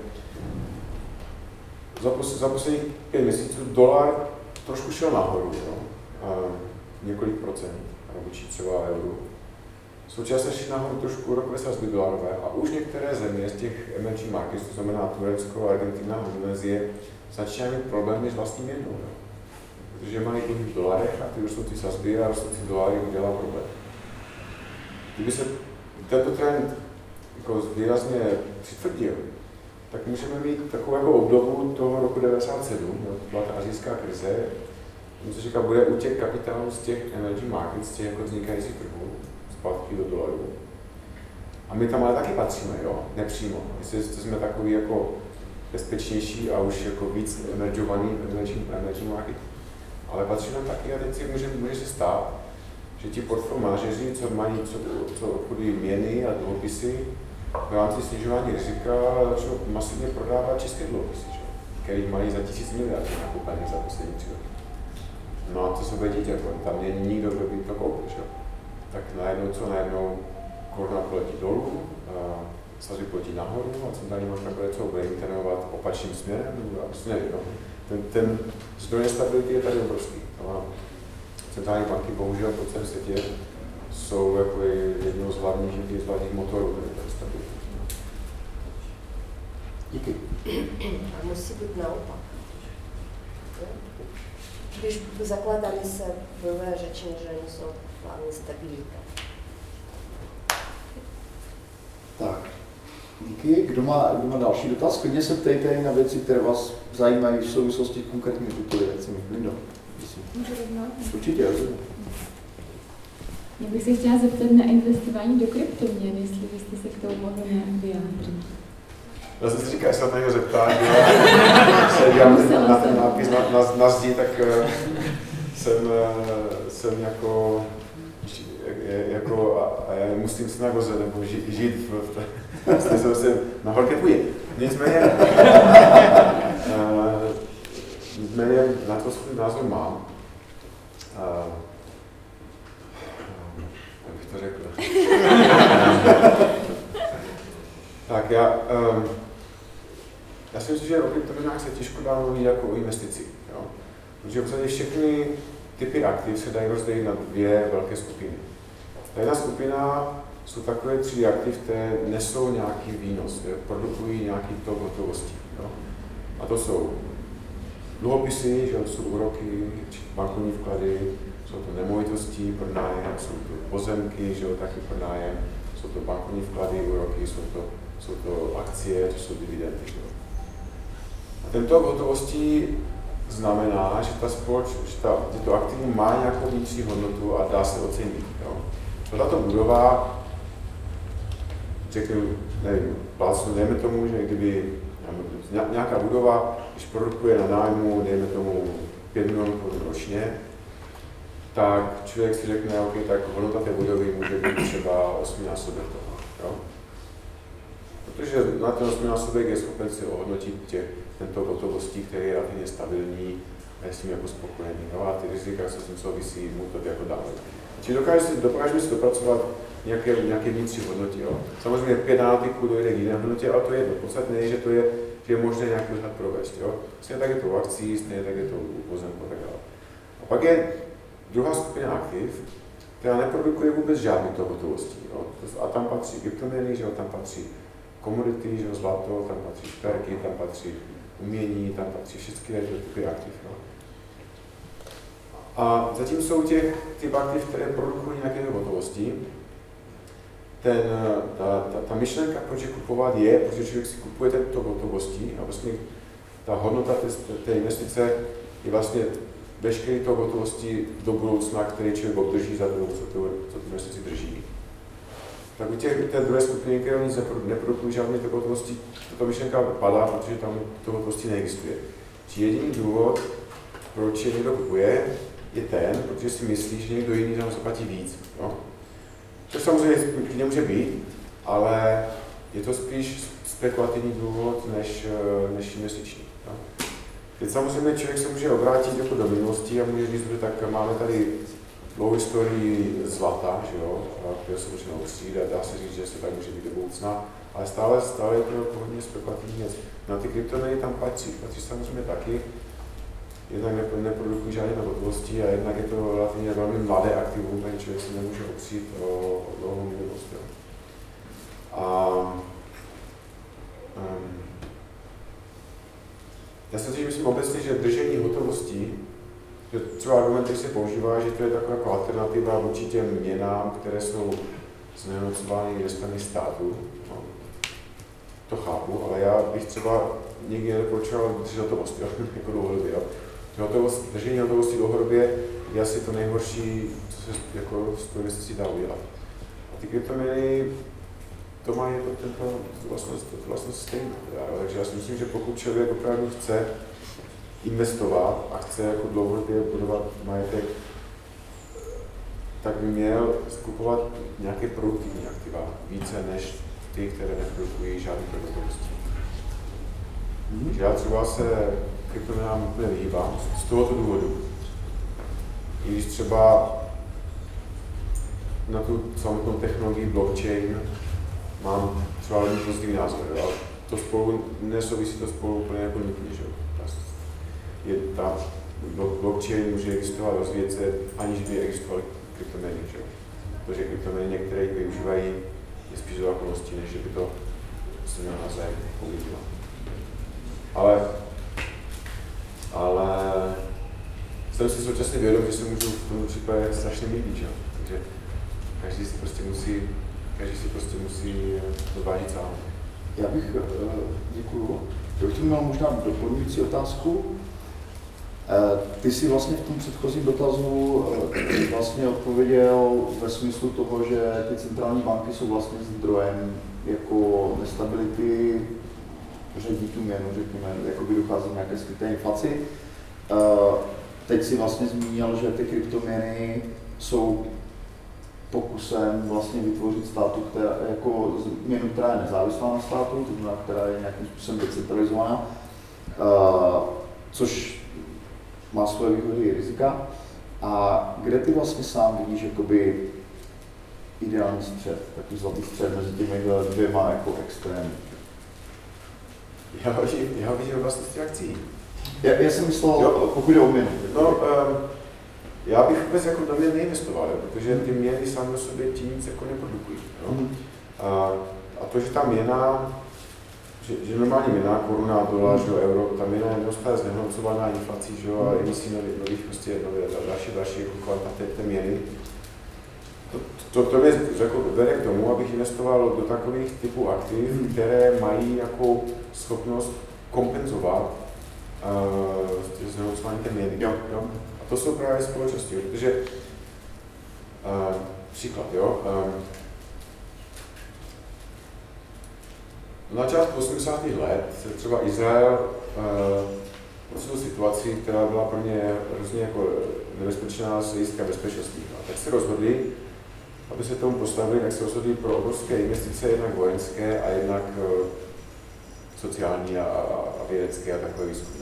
za posledních 5 měsíců dolar trošku šel nahoru, několik procent, vůči třeba euru. Současně šli nahoru trošku úrokové sazby dolarové a už některé země z těch emerging markets, to znamená Turecko, Argentina, Indonésie, začínají mít problémy s vlastní měnou. Protože mají dluhy v dolarech a ty rostoucí sazby a rostoucí dolary udělá problém. Kdyby se tento trend jako výrazně přitvrdil, tak můžeme mít takovou jako obdobu toho roku 1997, to byla ta asijská krize, co říká, bude útěk kapitálu z těch emerging markets, z těch jako vznikajících trhů, zpátky do dolarů. A my tam ale taky patříme, jo, nepřímo. Jestli jsme takový jako bezpečnější a už jako víc emergovaný emerging market. Ale patří nám taky a teď si může se stát, že ti portfolio manažeři, co obchodují měny a dluhopisy, v rámci snižování rizika začnou masivně prodávat české dluhopisy, které mají za 1000 miliard nakoupené za poslední 3 roky. No a co se bude dít, jako tam není nikdo, kdo by to koupil, že? Tak najednou koruna poletí dolů, sazby poletí nahoru a centrální banka bude co bude intervenovat opačným směrem, nebo já prostě nevím. No. Ten zdroj nestability je tady obrovský. No. Centrální banky bohužel po celém světě jsou jako jednou z hlavních motorů té stability. Díky. A musí být naopak. Když zakládali se bylo řečeno, že oni jsou hlavní stabilita. Tak, díky. Kdo má další dotaz? Klidně se ptejte na věci, které vás zajímají v souvislosti s konkrétními těmi věcmi. Lindo, Můžu rovnou? určitě, rozumím. Já bych se chtěla zeptat na investování do kryptoměn, jestli byste se k tomu mohli nějak vyjádřit. Já jsem si říkal, jestli se na to někdo zeptá, že se dívám na ten nápis na zdi, tak jsem jako a já musím synagoze nebo žít jsem na horké půdě. Nicméně na to svůj názor mám. Jak bych to řekl? Tak já si myslím, že o kryptoměnách se těžko dá mluvit jako o investici. Jo? Protože v podstatě všechny typy aktiv se dají rozdělit na 2 velké skupiny. Ta jedna skupina jsou takové 3 aktiv, které nesou nějaký výnos, které produkují nějaký tok hotovosti. Jo? A to jsou dluhopisy, že jsou úroky, bankovní vklady, jsou to nemovitosti pro nájem, jsou to pozemky, že taky pro nájem, jsou to bankovní vklady, úroky, jsou to akcie, to jsou dividendy. Že? A tento hotovosti znamená, že to aktivum má nějakou vnitřní hodnotu a dá se ocenit. Jo? Tato budova, řeknu, nevím, plácnu, dejme tomu, že kdyby nějaká budova, když produkuje na nájmu, dejme tomu 5 milionů korun ročně, tak člověk si řekne, OK, tak hodnota té budovy může být třeba 8násobek toho. Jo? Protože na ten 8násobek je schopen si ohodnotit tento hotovostí, který je relativně stabilní a je s tím jako spokojený. No? A ty rizika se s tím souvisí, mu to jako dále. Čili dokážeme si dopracovat nějaké vnitřní hodnoty. Jo? Samozřejmě 5 analytiků dojde k jiné hodnotě, ale to je jedno. Podstatné je, že je možné nějaký odhad provést. Stejně tak je to u akcí, stejně tak je to u pozemku a tak dále. A pak je druhá skupina aktiv, která neprodukuje vůbec žádný to hotovostí. Jo? A tam patří kryptoměny, tam patří komodity, zlato, tam patří šperky, tam patří umění, tam patří všechny typy aktiv. Jo? A zatím jsou typ aktiv, které produkují nějaké hotovosti. Ta myšlenka, proč je kupovat, je, protože člověk si kupuje tento hotovosti a vlastně ta hodnota té investice je vlastně veškerý to hotovosti do budoucna, který člověk obdrží za to, co tu investici drží. Tak u té druhé skupiny, které nic neprodukují žádné hotovosti, tato myšlenka padá, protože tam to hotovosti neexistuje. Či jediný důvod, proč je někdo kupuje, je ten, protože si myslí, že někdo jiný tam zaplatí víc. No? To samozřejmě nemůže být, ale je to spíš spekulativní důvod než investiční. No? Teď samozřejmě člověk se může obrátit jako do minulosti a může říct, že tak máme tady dlouhou historii zlata, že jo, které se může naustřít a dá se říct, že se tak může být do budoucna, ale stále je to hodně spekulativní věc. Na ty kryptoměny tam patří samozřejmě taky. Jednak neprodukují žádné hotovosti a jednak je to relativně velmi mladé aktivum, takže člověk se nemůže opřít o dlouhou minulost. Já si myslím obecně, že držení hotovosti, že třeba argument, který se používá, že to je taková jako alternativa vůči těm měnám, které jsou znehodnocování ze strany státu. No, to chápu, ale já bych třeba nikdy nedoporučoval držet hotovost, jo, jako dlouhodobě. Držení hotovosti dlouhodobě je asi to nejhorší, co se jako s tou investicí dá udělat. A ty kryptoměny, to má tento vlastnost stejný. Takže já si myslím, že pokud člověk opravdu chce investovat a chce jako dlouhodobě budovat majetek, tak by měl skupovat nějaké produktivní aktiva více než ty, které neprodukují žádný produktovosti. Já třeba se kryptoměnám úplně vyhýbám z tohoto důvodu. I když třeba na tu samotnou technologii blockchain mám třeba velmi pozitivní názor, ale to spolu nesouvisí to spolu úplně jako nutně, že? Blockchain může existovat, rozvíjet se, aniž by existovaly kryptoměny, že? Protože kryptoměny některé využívají je spíš do okolností, než by to se mělo navzájem ovlivnilo. Ale jsem si současně vědom, že se můžu v tom případě strašně mýlit, že? Takže každý si prostě musí odvážit sám. Já bych, děkuju. Já bych měl možná doplňující otázku. Ty jsi vlastně v tom předchozím dotazu vlastně odpověděl ve smyslu toho, že ty centrální banky jsou vlastně zdrojem jako nestability, řídí tu měnu, řekněme, jakoby dochází k nějaké skryté inflaci. Teď si vlastně zmínil, že ty kryptoměny jsou pokusem vlastně vytvořit státu, jako měnu, která je nezávislá na státu, to znamená, která je nějakým způsobem decentralizovaná, což má svoje výhody i rizika. A kde ty vlastně sám vidíš jakoby ideální střed, takový zlatý střed mezi těmi dvěma jako extrémy? Já vidím vlastně akcí. Já jsem myslel, pokud je o měnu. No, já bych vůbec jako do měn neinvestoval, protože ty měny sám do sobě tím nic jako neprodukují. A to, že ta měna, že normální měna, koruna, dolar, euro, ta měna je neustále znehodnocovaná inflací, že jo, a emisí nových prostě další kvantité měny. To mě jako vede k tomu, abych investoval do takových typů aktiv, které mají jako schopnost kompenzovat znehodnocování té měny. A to jsou právě společnosti, protože příklad, jo. Na začátku 80. let se třeba Izrael ocitl situaci, která byla pro ně hrozně jako nebezpečná z hlediska bezpečnostní. A tak se rozhodli, aby se tomu postavili, tak se rozhodli pro obrovské investice, jednak vojenské a jednak sociální a vědecké a takové výzkumy.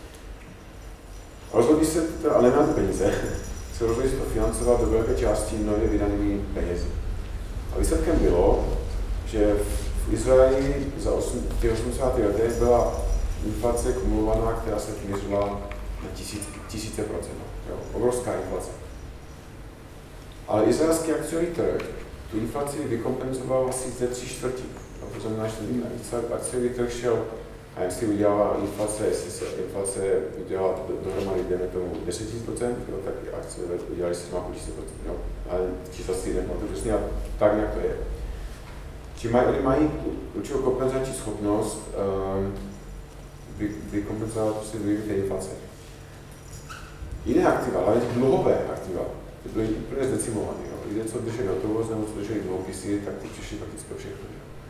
Rozhodli se, ale nemá peníze, se rozhodli se to financovat do velké části nově vydanými penězi. A výsledkem bylo, že v Izraeli v těch 80. letech byla inflace kumulovaná, která se měřila na tisíce procent. Obrovská inflace. Ale izraelský akciový trh tu inflaci vykompenzoval asi ze 3/4. To znamená, že ten akciový trh šel, a jak si udělala inflace, jestli se inflace udělala dohromady, jdeme tomu 10 000%, tak akcie udělali si 2,5 000%, ale čísla si nepamatuju přesně, ale tak nějak to je. Či mají určitou kompenzační schopnost vykompenzovat prostě vlivy té inflace. Jiné aktiva, ale dluhové aktiva, ty byly úplně zdecimované. Lidé, co drželi hotovost nebo co drželi dluhopisy, tak ty přišli prakticky všechno.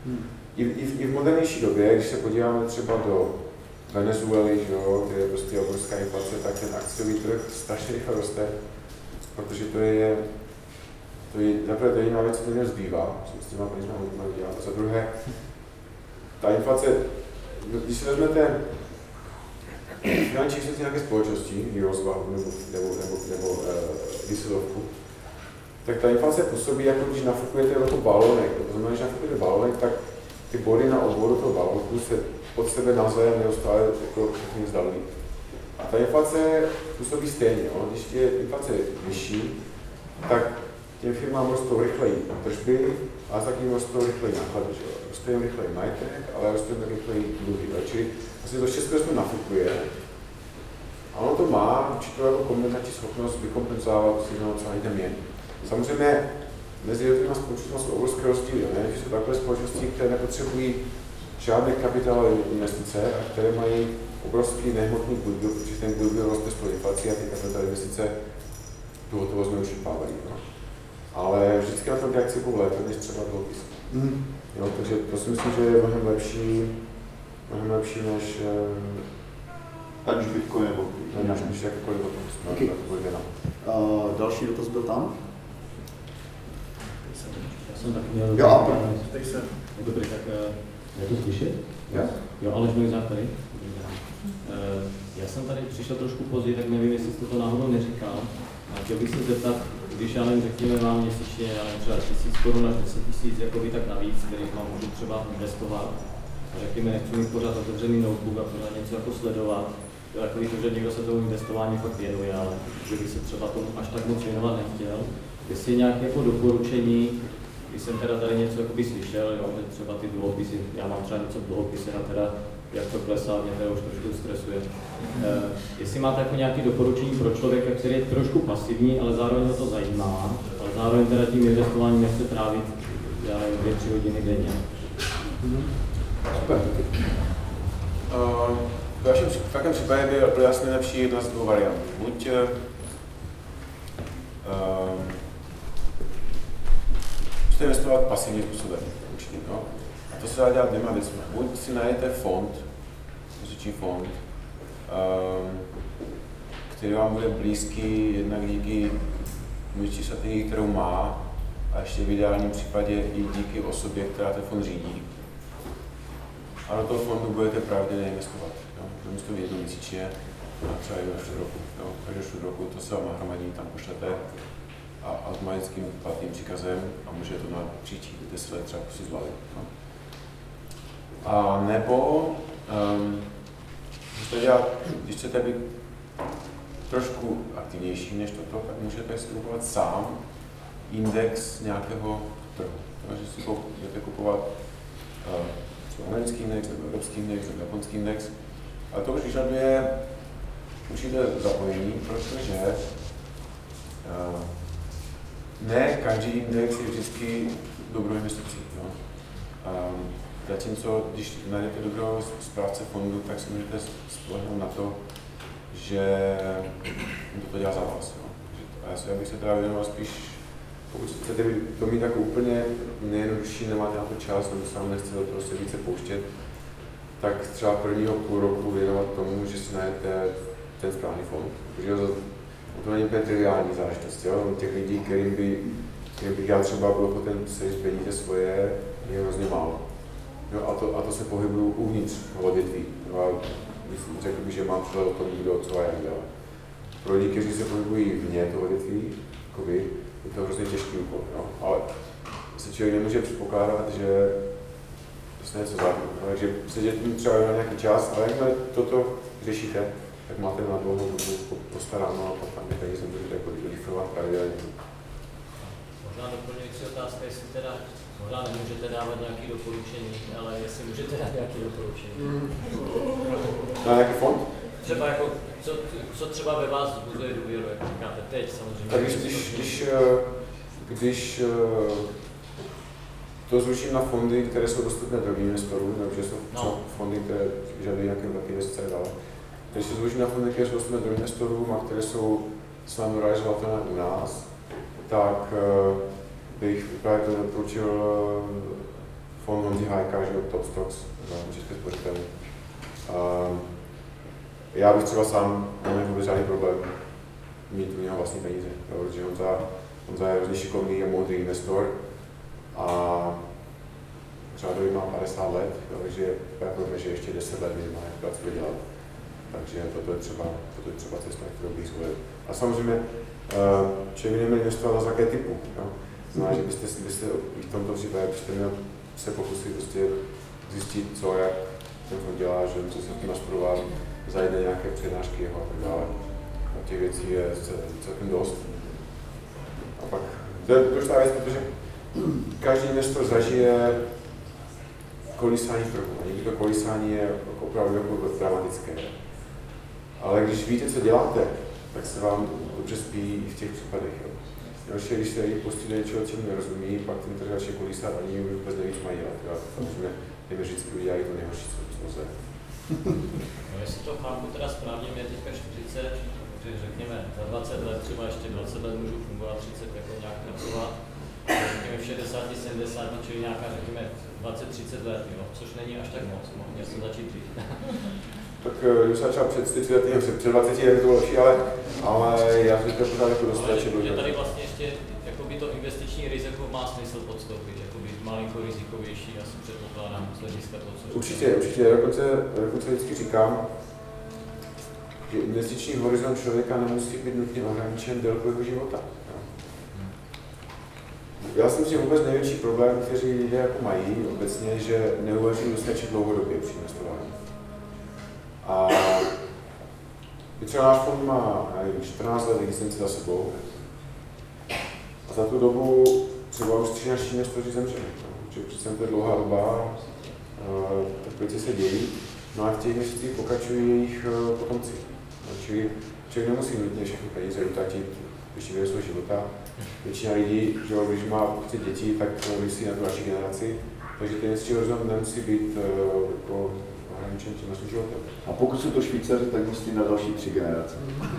I v modernější době, když se podíváme třeba do Venezuely, kde je prostě obrovská inflace, tak ten akciový trh strašně rychle roste, protože to je zaprvé to jediná věc, co to mě zbývá, co s těma penězma můžeme dělat. A za druhé, ta inflace, když si vezmete finanční instituce nějaké společnosti, Eurosvahu nebo Vysilovku, tak ta inflace působí, jako když nafukujete jako balónek. To znamená, že nafukujete balónek, tak ty body na obvodu toho balónku se od sebe navzájem neustále jako všechny vzdalí. A ta inflace působí stejně. Když je inflace vyšší, tak těm firmám rostou rychleji tržby a taky rostou rychleji náklady. Roste jim rychleji majetek, ale roste jim rychleji dluhy. Čili vlastně to všechno se nafukuje. A ono to má určitou jako kompenzační schopnost vykompenzovat znehodnocování té měny. Samozřejmě mezi jednotlivými společnostmi jsou obrovské rozdíly. Když jsou takové společnosti, které nepotřebují žádné kapitálové investice a které mají obrovský nehmotný goodwill, protože ten goodwill roste s tou inflací a ty kapitálové investice tu hotovost neučerpávají. No. Ale vždycky na tom reakci budou lépe, než třeba dluhopis. Jo, takže to si myslím, že je mnohem lepší než ať už Bitcoin nebo než jakkoliv hotovost. Okay. Další dotaz byl tam? Já jsem taky měl... Jo, dobrý, tak je to slyšet? Jo, Aleš Mojzák tady. Já jsem tady přišel trošku později, tak nevím, jestli jste to náhodou neříkal. A chtěl bych se zeptat, když já nevím, řekněme, mám měsíčně, já nevím, třeba 1000 korun až 10 000 jakoby tak navíc, kterých mám můžu třeba investovat. A řekněme, nechci mít pořád otevřený notebook a pořád něco jako sledovat. To je takový to, že někdo se tomu investování fakt věnuje, ale že bych se třeba tomu až tak moc věnovat nechtěl. Jestli je nějaké jako doporučení, když jsem teda tady něco jakoby slyšel, jo, že třeba ty dluhopisy, já mám třeba něco v dluhopisy a teda jak to klesá, mě teda už trošku stresuje. Jestli máte jako nějaké doporučení pro člověka, který je trošku pasivní, ale zároveň ho to zajímá, ale zároveň teda tím investováním nechce trávit 2-3 hodiny denně. Super. V takovém případě by jasně lepší jedna z dvou variant. Buď musíte investovat pasivním způsobem, určitě, no. A to se dá dělat dvěma věcmi. Buď si najdete fond, poziční fond, který vám bude blízký jednak díky mluvčí strategii, kterou má, a ještě v ideálním případě i díky osobě, která ten fond řídí. A do toho fondu budete pravidelně investovat. Nemusí to být jednoměsíčně, a třeba jednou čtvrt roku. Každou čtvrt roku to se vám nahromadí, tam pošlete a automatickým platným příkazem a může to na příští 10 let třeba si zvalit. No. A nebo můžete dělat, když chcete být trošku aktivnější než toto, tak můžete si kupovat sám index nějakého trhu. Takže si budete kupovat americký index, nebo evropský index, nebo japonský index. A to už vyžaduje určité zapojení, protože ne každý index je vždycky dobrou investicí. No. Zatímco, když najdete dobrého správce fondu, tak si můžete spolehnout na to, že to dělá za vás. No. Já bych se teda věnoval spíš, pokud chcete to mít jako úplně nejjednodušší, nemáte na to čas, nebo sám nechcete to prostě více pouštět, tak třeba prvního půl roku věnovat tomu, že si najdete ten správný fond. Protože to není úplně triviální záležitost. Těch lidí, kterým bych já třeba byl ochoten sežít peníze svoje, je hrozně málo. Jo, a to se pohybuju uvnitř odvětví. Řekl bych, že mám přehled o tom, kdo, co a jak dělá. Pro lidi, kteří se pohybují vně toho odvětví, jako vy, je to hrozně těžký úkol. Jo. Ale se člověk nemůže předpokládat, že to něco základu. Takže sedět třeba na nějaký čas, ale jakmile toto řešíte, tak máte na dlouhou dobu postaráno a pak ty peníze můžete jako lifrovat pravidelně. Možná doplňující otázka, jestli teda možná nemůžete dávat nějaké doporučení, ale jestli můžete dát nějaké doporučení. Na nějaký fond? Třeba jako, co třeba ve vás vzbuzuje důvěru, jak říkáte teď samozřejmě. Tak když to zruším na fondy, které jsou dostupné drobným investorům, nebo že jsou fondy, které vyžadují nějaké velké investice a dále. Když se zruším na fondy, které jsou dostupné drobným investorům a které jsou snadno realizovatelné u nás, tak bych právě to doporučil fond Honzy Hájka, že Top Stocks, České spořitelny. Já bych třeba sám neměl vůbec žádný problém mít u něho vlastní peníze, protože Honza je hrozně šikovný a moudrý investor a řádově má 50 let, takže pravděpodobně, že ještě 10 let minimálně pracuje dělat. Takže toto je třeba cesta, kterou bych zvolil. A samozřejmě člověk by neměl investovat na základě typu. Znamená, že byste v tomto případě měl se pokusit prostě zjistit, co, jak ten fond dělá, že co se tím nastudoval, zajde nějaké přednášky jeho a tak dále. A těch věcí je celkem dost. A pak, to je důležitá věc, protože každý investor zažije kolísání trhu. A někdy to kolísání je opravdu jako dramatické. Ale když víte, co děláte, tak se vám dobře spí i v těch případech. Jo. Další, když se jich postihne něčeho, čemu nerozumí, pak ten trh radši kolísá a oni vůbec neví, co mají dělat. Samozřejmě jim vždycky udělají to nejhorší, co lze. No, jestli to chápu teda správně, mě teďka 40, že řekněme za 20 let, třeba ještě 20 let můžu fungovat, 30 jako nějak pracovat, řekněme v 60, 70, čili nějaká, řekněme 20-30 let, jo, což není až tak moc, mohl jsem začít dřív. Tak když jsem začal před 40 lety, před 20 lety to bylo lepší, ale já si to pořád jako dostatečně dlouho. Tady vlastně ještě jakoby to investiční riziko má smysl podstoupit, jakoby malinko rizikovější, asi předpokládám z hlediska toho, co Určitě, dokonce vždycky říkám, že investiční horizont člověka nemusí být nutně ohraničen délkou jeho života. Já si myslím, že vůbec největší problém, kteří lidé jako mají obecně, že neuvažují dostatečně dlouhodobě při investování. A třeba náš fond má 14 let existence za sebou a za tu dobu třeba už 3 naši investoři zemřeli. Protože přece to je dlouhá doba, tak věci se dějí, no a v těch měsících pokračují jejich potomci. Čili člověk nemusí nutně všechny peníze utratit ještě během svého života. Většina lidí, že když má děti, tak myslí na tu další generaci, takže ten investiční horizont nemusí být jako ohraničen tím naším životem. A pokud jsou to Švýcaři, tak myslí na další 3 generace.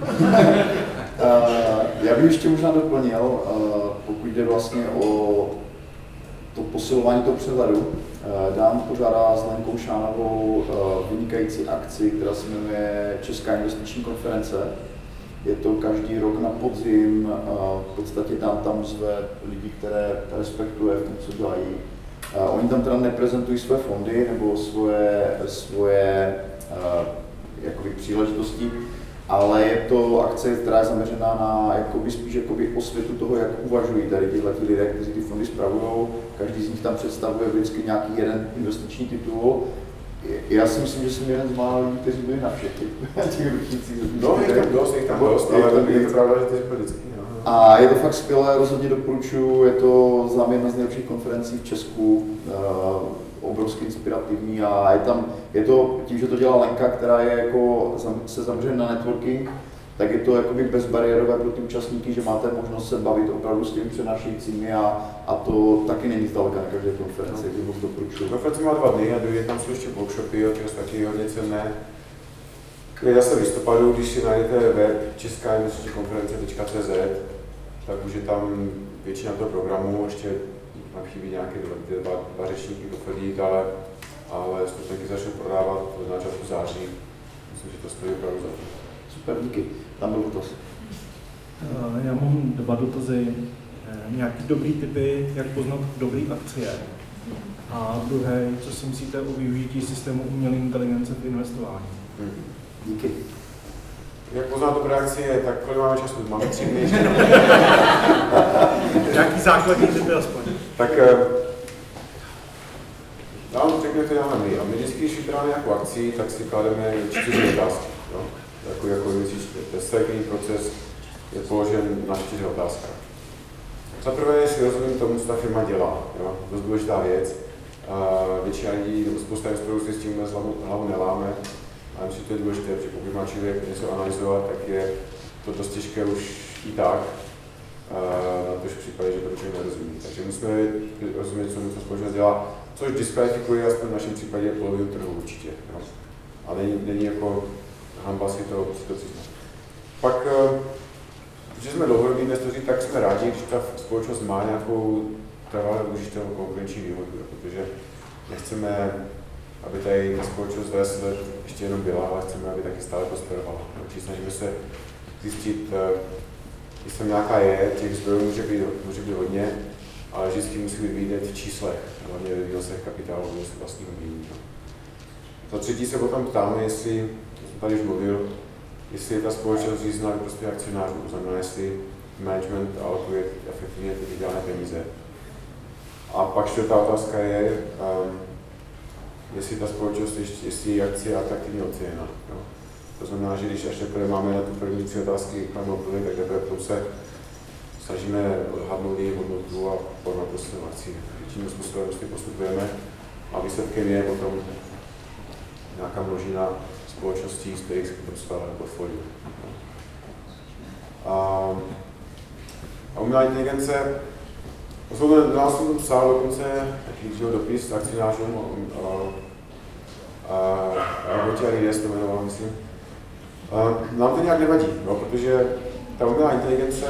Já bych ještě možná doplnil, pokud jde vlastně o to posilování toho přehledu, Dan pořádá s Lenkou Šánovou vynikající akci, která se jmenuje Česká investiční konference. Je to každý rok na podzim, v podstatě tam zve lidi, které respektuje v tom, co dělají. Oni tam teda neprezentují své fondy nebo svoje jakoby příležitosti, ale je to akce, která je zaměřená na spíš osvětu toho, jak uvažují tady tyhle lidé, kteří ty fondy spravují. Každý z nich tam představuje vždycky nějaký jeden investiční titul. Já si myslím, že jsem jeden z mála lidí, kteří byli na všech těch ročnících. No, je tam dost, ale je to pravda, že to je vždycky. A je to fakt skvělé, rozhodně doporučuji, je to za mě jedna z nejlepších konferencí v Česku, obrovsky inspirativní a je to tím, že to dělá Lenka, která je jako se zaměřena na networking, tak je to jakoby bezbariérové pro ty účastníky, že máte možnost se bavit opravdu s těmi přednášejícími a to taky není zdaleka na každé konferenci, takže moc doporučuji. Konference má 2 dny a tam jsou ještě workshopy, což taky hodně cenné. Je zase v listopadu, když si najdete web českainvestičnikonference.cz, tak už je tam většina toho programu, ještě tam chybí nějaké 2 řečníky potvrdit, ale vstupenky začnou prodávat na začátku září. Myslím, že to stojí opravdu za to. Super, díky. Tam byl dotaz. Já mám 2 dotazy. Nějaký dobrý tipy, jak poznat dobrý akcie? A druhé, co si myslíte o využití systému umělé inteligence v investování? Díky. Jak poznat dobré akcie, tak kolik máme času? Máme 3 dny ještě. Nějaký základní tipy aspoň. Tak já vám řeknu, jak to děláme my. A my vždycky, když vybíráme nějakou akci, tak si klademe 4 otázky. Jako recycling proces je položen na 4 otázkách. Za prvé, jestli rozumím tomu, co ta firma dělá. Jo? To je důležitá věc. Většina lidí, spousta investorů si s tím hlavu neláme. A myslím, že to je důležité, protože pokud má člověk něco analyzovat, tak je to dost těžké už i tak, na tož případě, že to člověk nerozumí. Takže musíme rozumět, co společnost dělá, což diskvalifikuje aspoň v našem případě polovinu trhu určitě. Jo? A není jako hanba si to přiznat. Pak, protože jsme dlouhodobí investoři, tak jsme rádi, když ta společnost má nějakou trvalé udržitelnou konkurenční výhodu, protože nechceme, aby tady ta společnost 10 let ještě jenom byla, ale chceme, aby taky stále prosperovala. Takže snažíme se zjistit, jestli nějaká je, těch zdrojů může být hodně, ale vždycky musí být vidět v číslech, hlavně ve výnosech kapitálu, výnosech vlastního mění. Za třetí se potom ptáme, jestli, to jsem tady už mluvil, jestli je ta společnost řízená ve prospěch akcionářů, to znamená, jestli management alokuje efektivně ty vydělané peníze. A pak 4. otázka je, jestli ta společnost, jestli její akcie je atraktivně oceněna. To znamená, že když až teprve máme na tu první 3 otázky odpověď, tak teprve potom se snažíme odhadnout její hodnotu a porovnat to s akcí. Tím způsobem postupujeme a výsledkem je potom nějaká množina společností, z kterých se potom skládají portfolio. A umělá inteligence, já jsem to psal dokonce jakýho dopis akcionářům Robotě Arides to jmenoval, myslím. Nám to nějak nevadí, no, protože ta umělá inteligence,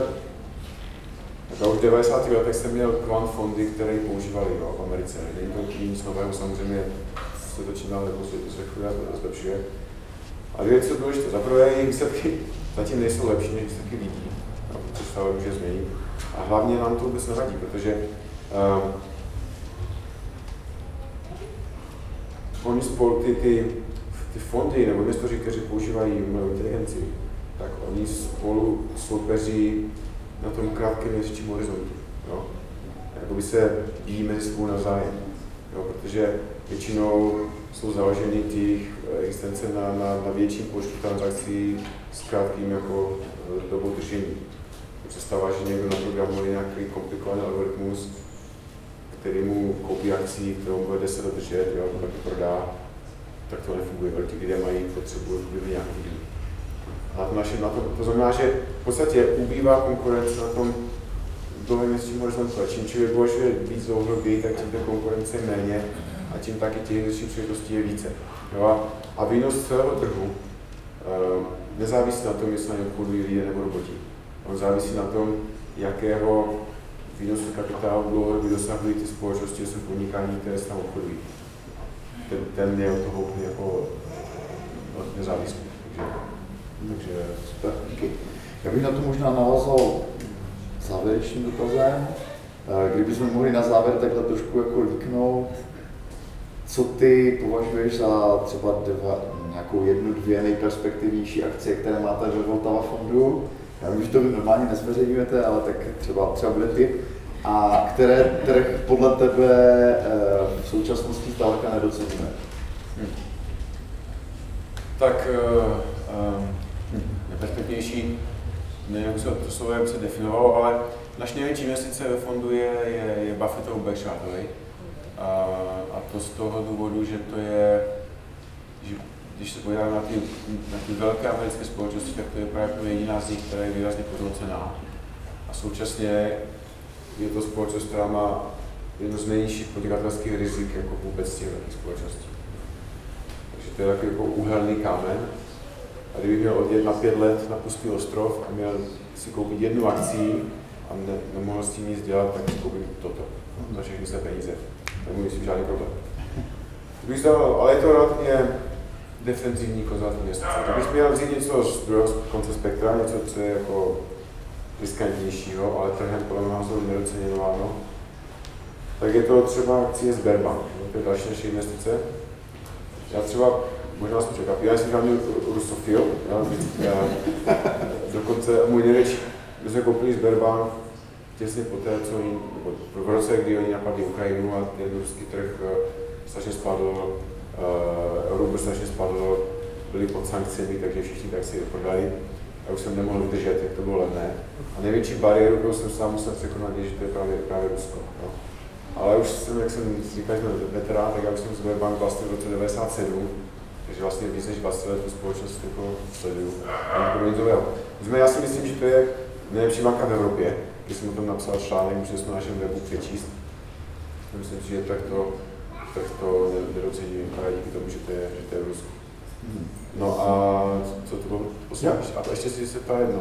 tak už v 90. letech jsem měl quant fondy, které používali v Americe. Není to nic nového, samozřejmě se to čím dál nebo se zlepšuje. A dvě věci důležité. Za prvé, jejich výsledky zatím nejsou lepší, než výsledky lidí, což se ale může změnit. A hlavně nám to vůbec nevadí, protože oni spolu ty fondy nebo investoři, kteří používají umělou inteligenci, tak oni spolu soupeří na tom krátkém měsíčním horizontu. Jo? Jakoby se bijí mezi sebou navzájem, jo? Protože většinou jsou založeny těch existence na větším počtu transakcí s krátkým jako dobou držení. Představa, že někdo naprogramuje nějaký komplikovaný algoritmus, který mu koupí akcí, kterou bude 10 let držet, jo, to taky prodá, tak to nefunguje. Ti lidé mají potřebu nějaký díl. To znamená, že v podstatě ubývá konkurence na tom dlouhoměsíčním horizontu. A čím člověk uvažuje víc dlouhodoběji, tak tím ta konkurence je méně a tím taky těch investičních příležitostí je více. Jo? A výnos celého trhu nezávisí na tom, jestli na něm obchodují lidé nebo roboti. On závisí na tom, jakého výnosu kapitálu dlouhodobě dosahují ty společnosti, jsou podnikání, které se tam obchodují. Ten je od toho úplně jako nezávislý. Takže super, díky. Já bych na to možná navázal závěrečným dotazem. Kdybychom mohli na závěr takhle trošku jako líknout, co ty považuješ za třeba nějakou jednu, dvě nejperspektivnější akcie, které máte ve Vltava fondu? Já vím, že to vy normálně nezveřejňujete, ale tak třeba bude tip. A které trh podle tebe v současnosti zdaleka nedoceníme? Tak nejperspektivnější, nevím, co to slovo se definovalo, ale naše největší investice ve fondu je Buffettov Berkshire Hathaway. A to z toho důvodu, že to je, že když se podíváme na ty velké americké společnosti, tak to je právě jediná z nich, která je výrazně podhodnocená. A současně je to společnost, která má jedno z nejnižších podnikatelských rizik jako vůbec těch velkých společností. Takže to je takový jako úhelný kámen. A kdybych měl od 1 na 5 let na pustý ostrov a měl si koupit jednu akci a nemohl s tím nic dělat, tak si koupím toto. Za všechny své peníze. Nemůžu si žádný problém. Ale je to relativně defenzivní konzervativní investice. Kdybych měl vzít něco z druhého konce spektra, něco, co je jako riskantnějšího, ale trhem podle mého názoru nedoceněnováno, tak je to třeba akcie Sberbank. To je další naše investice. Já třeba, možná jsem překvapil, já jsem žádný rusofil, dokonce můj největší, my jsme koupili Sberbank těsně poté, co oni, v roce, kdy oni napadli Ukrajinu a ten ruský trh strašně spadl, rubl strašně spadl, byli pod sankcemi, takže všichni tak si je prodali. A už jsem nemohl vydržet, jak to bylo levné. A největší bariéru, kterou jsem sám musel překonat, je, že to je právě Rusko. Jo. Ale už jsem, jak jsem říkal, že jsem veterán, tak já už jsem Sberbank vlastně v roce 1997, takže vlastně víc než 20 let tu společnost jako sleduju. Já si myslím, že to je nejlepší banka v Evropě, když jsem o tom napsal článek, můžete se na našem webu přečíst. Myslím si, že tak to nedocením právě díky tomu, že to je v Rusku. No a co to bylo? A to ještě si se ptá jedno.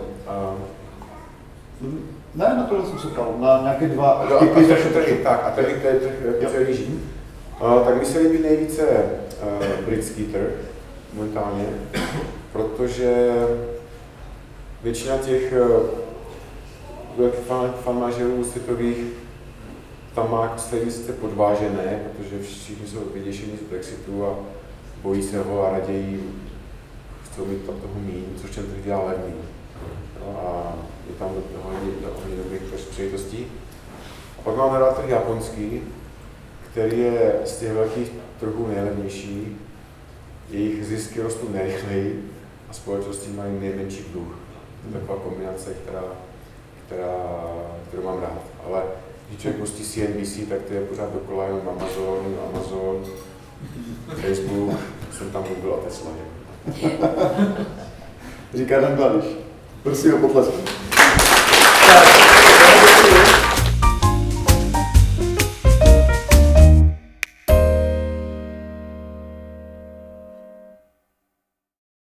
Ne, na tohle jsem se ptal, na nějaké dva a tady je trh celý. Tak mi se líbí nejvíce britský trh momentálně, protože většina těch velkých fanmažerů světových tam má své investice podvážené, protože všichni jsou vyděšení z Brexitu a bojí se ho a raději chcou mít tam toho míň, což ten trh dělá levný. No a je tam hodně dobrých příležitostí. A pak máme rád trh japonský, který je z těch velkých trhů nejlevnější, jejich zisky rostou nejrychleji a společnosti mají nejmenší dluh. To je taková kombinace, kterou mám rád. Ale když člověk pustí CNBC, tak to je pořád dokola jenom Amazon, Facebook, jsem tam Google a Tesla. Říká Dan Gladiš. Prosím o potlesk.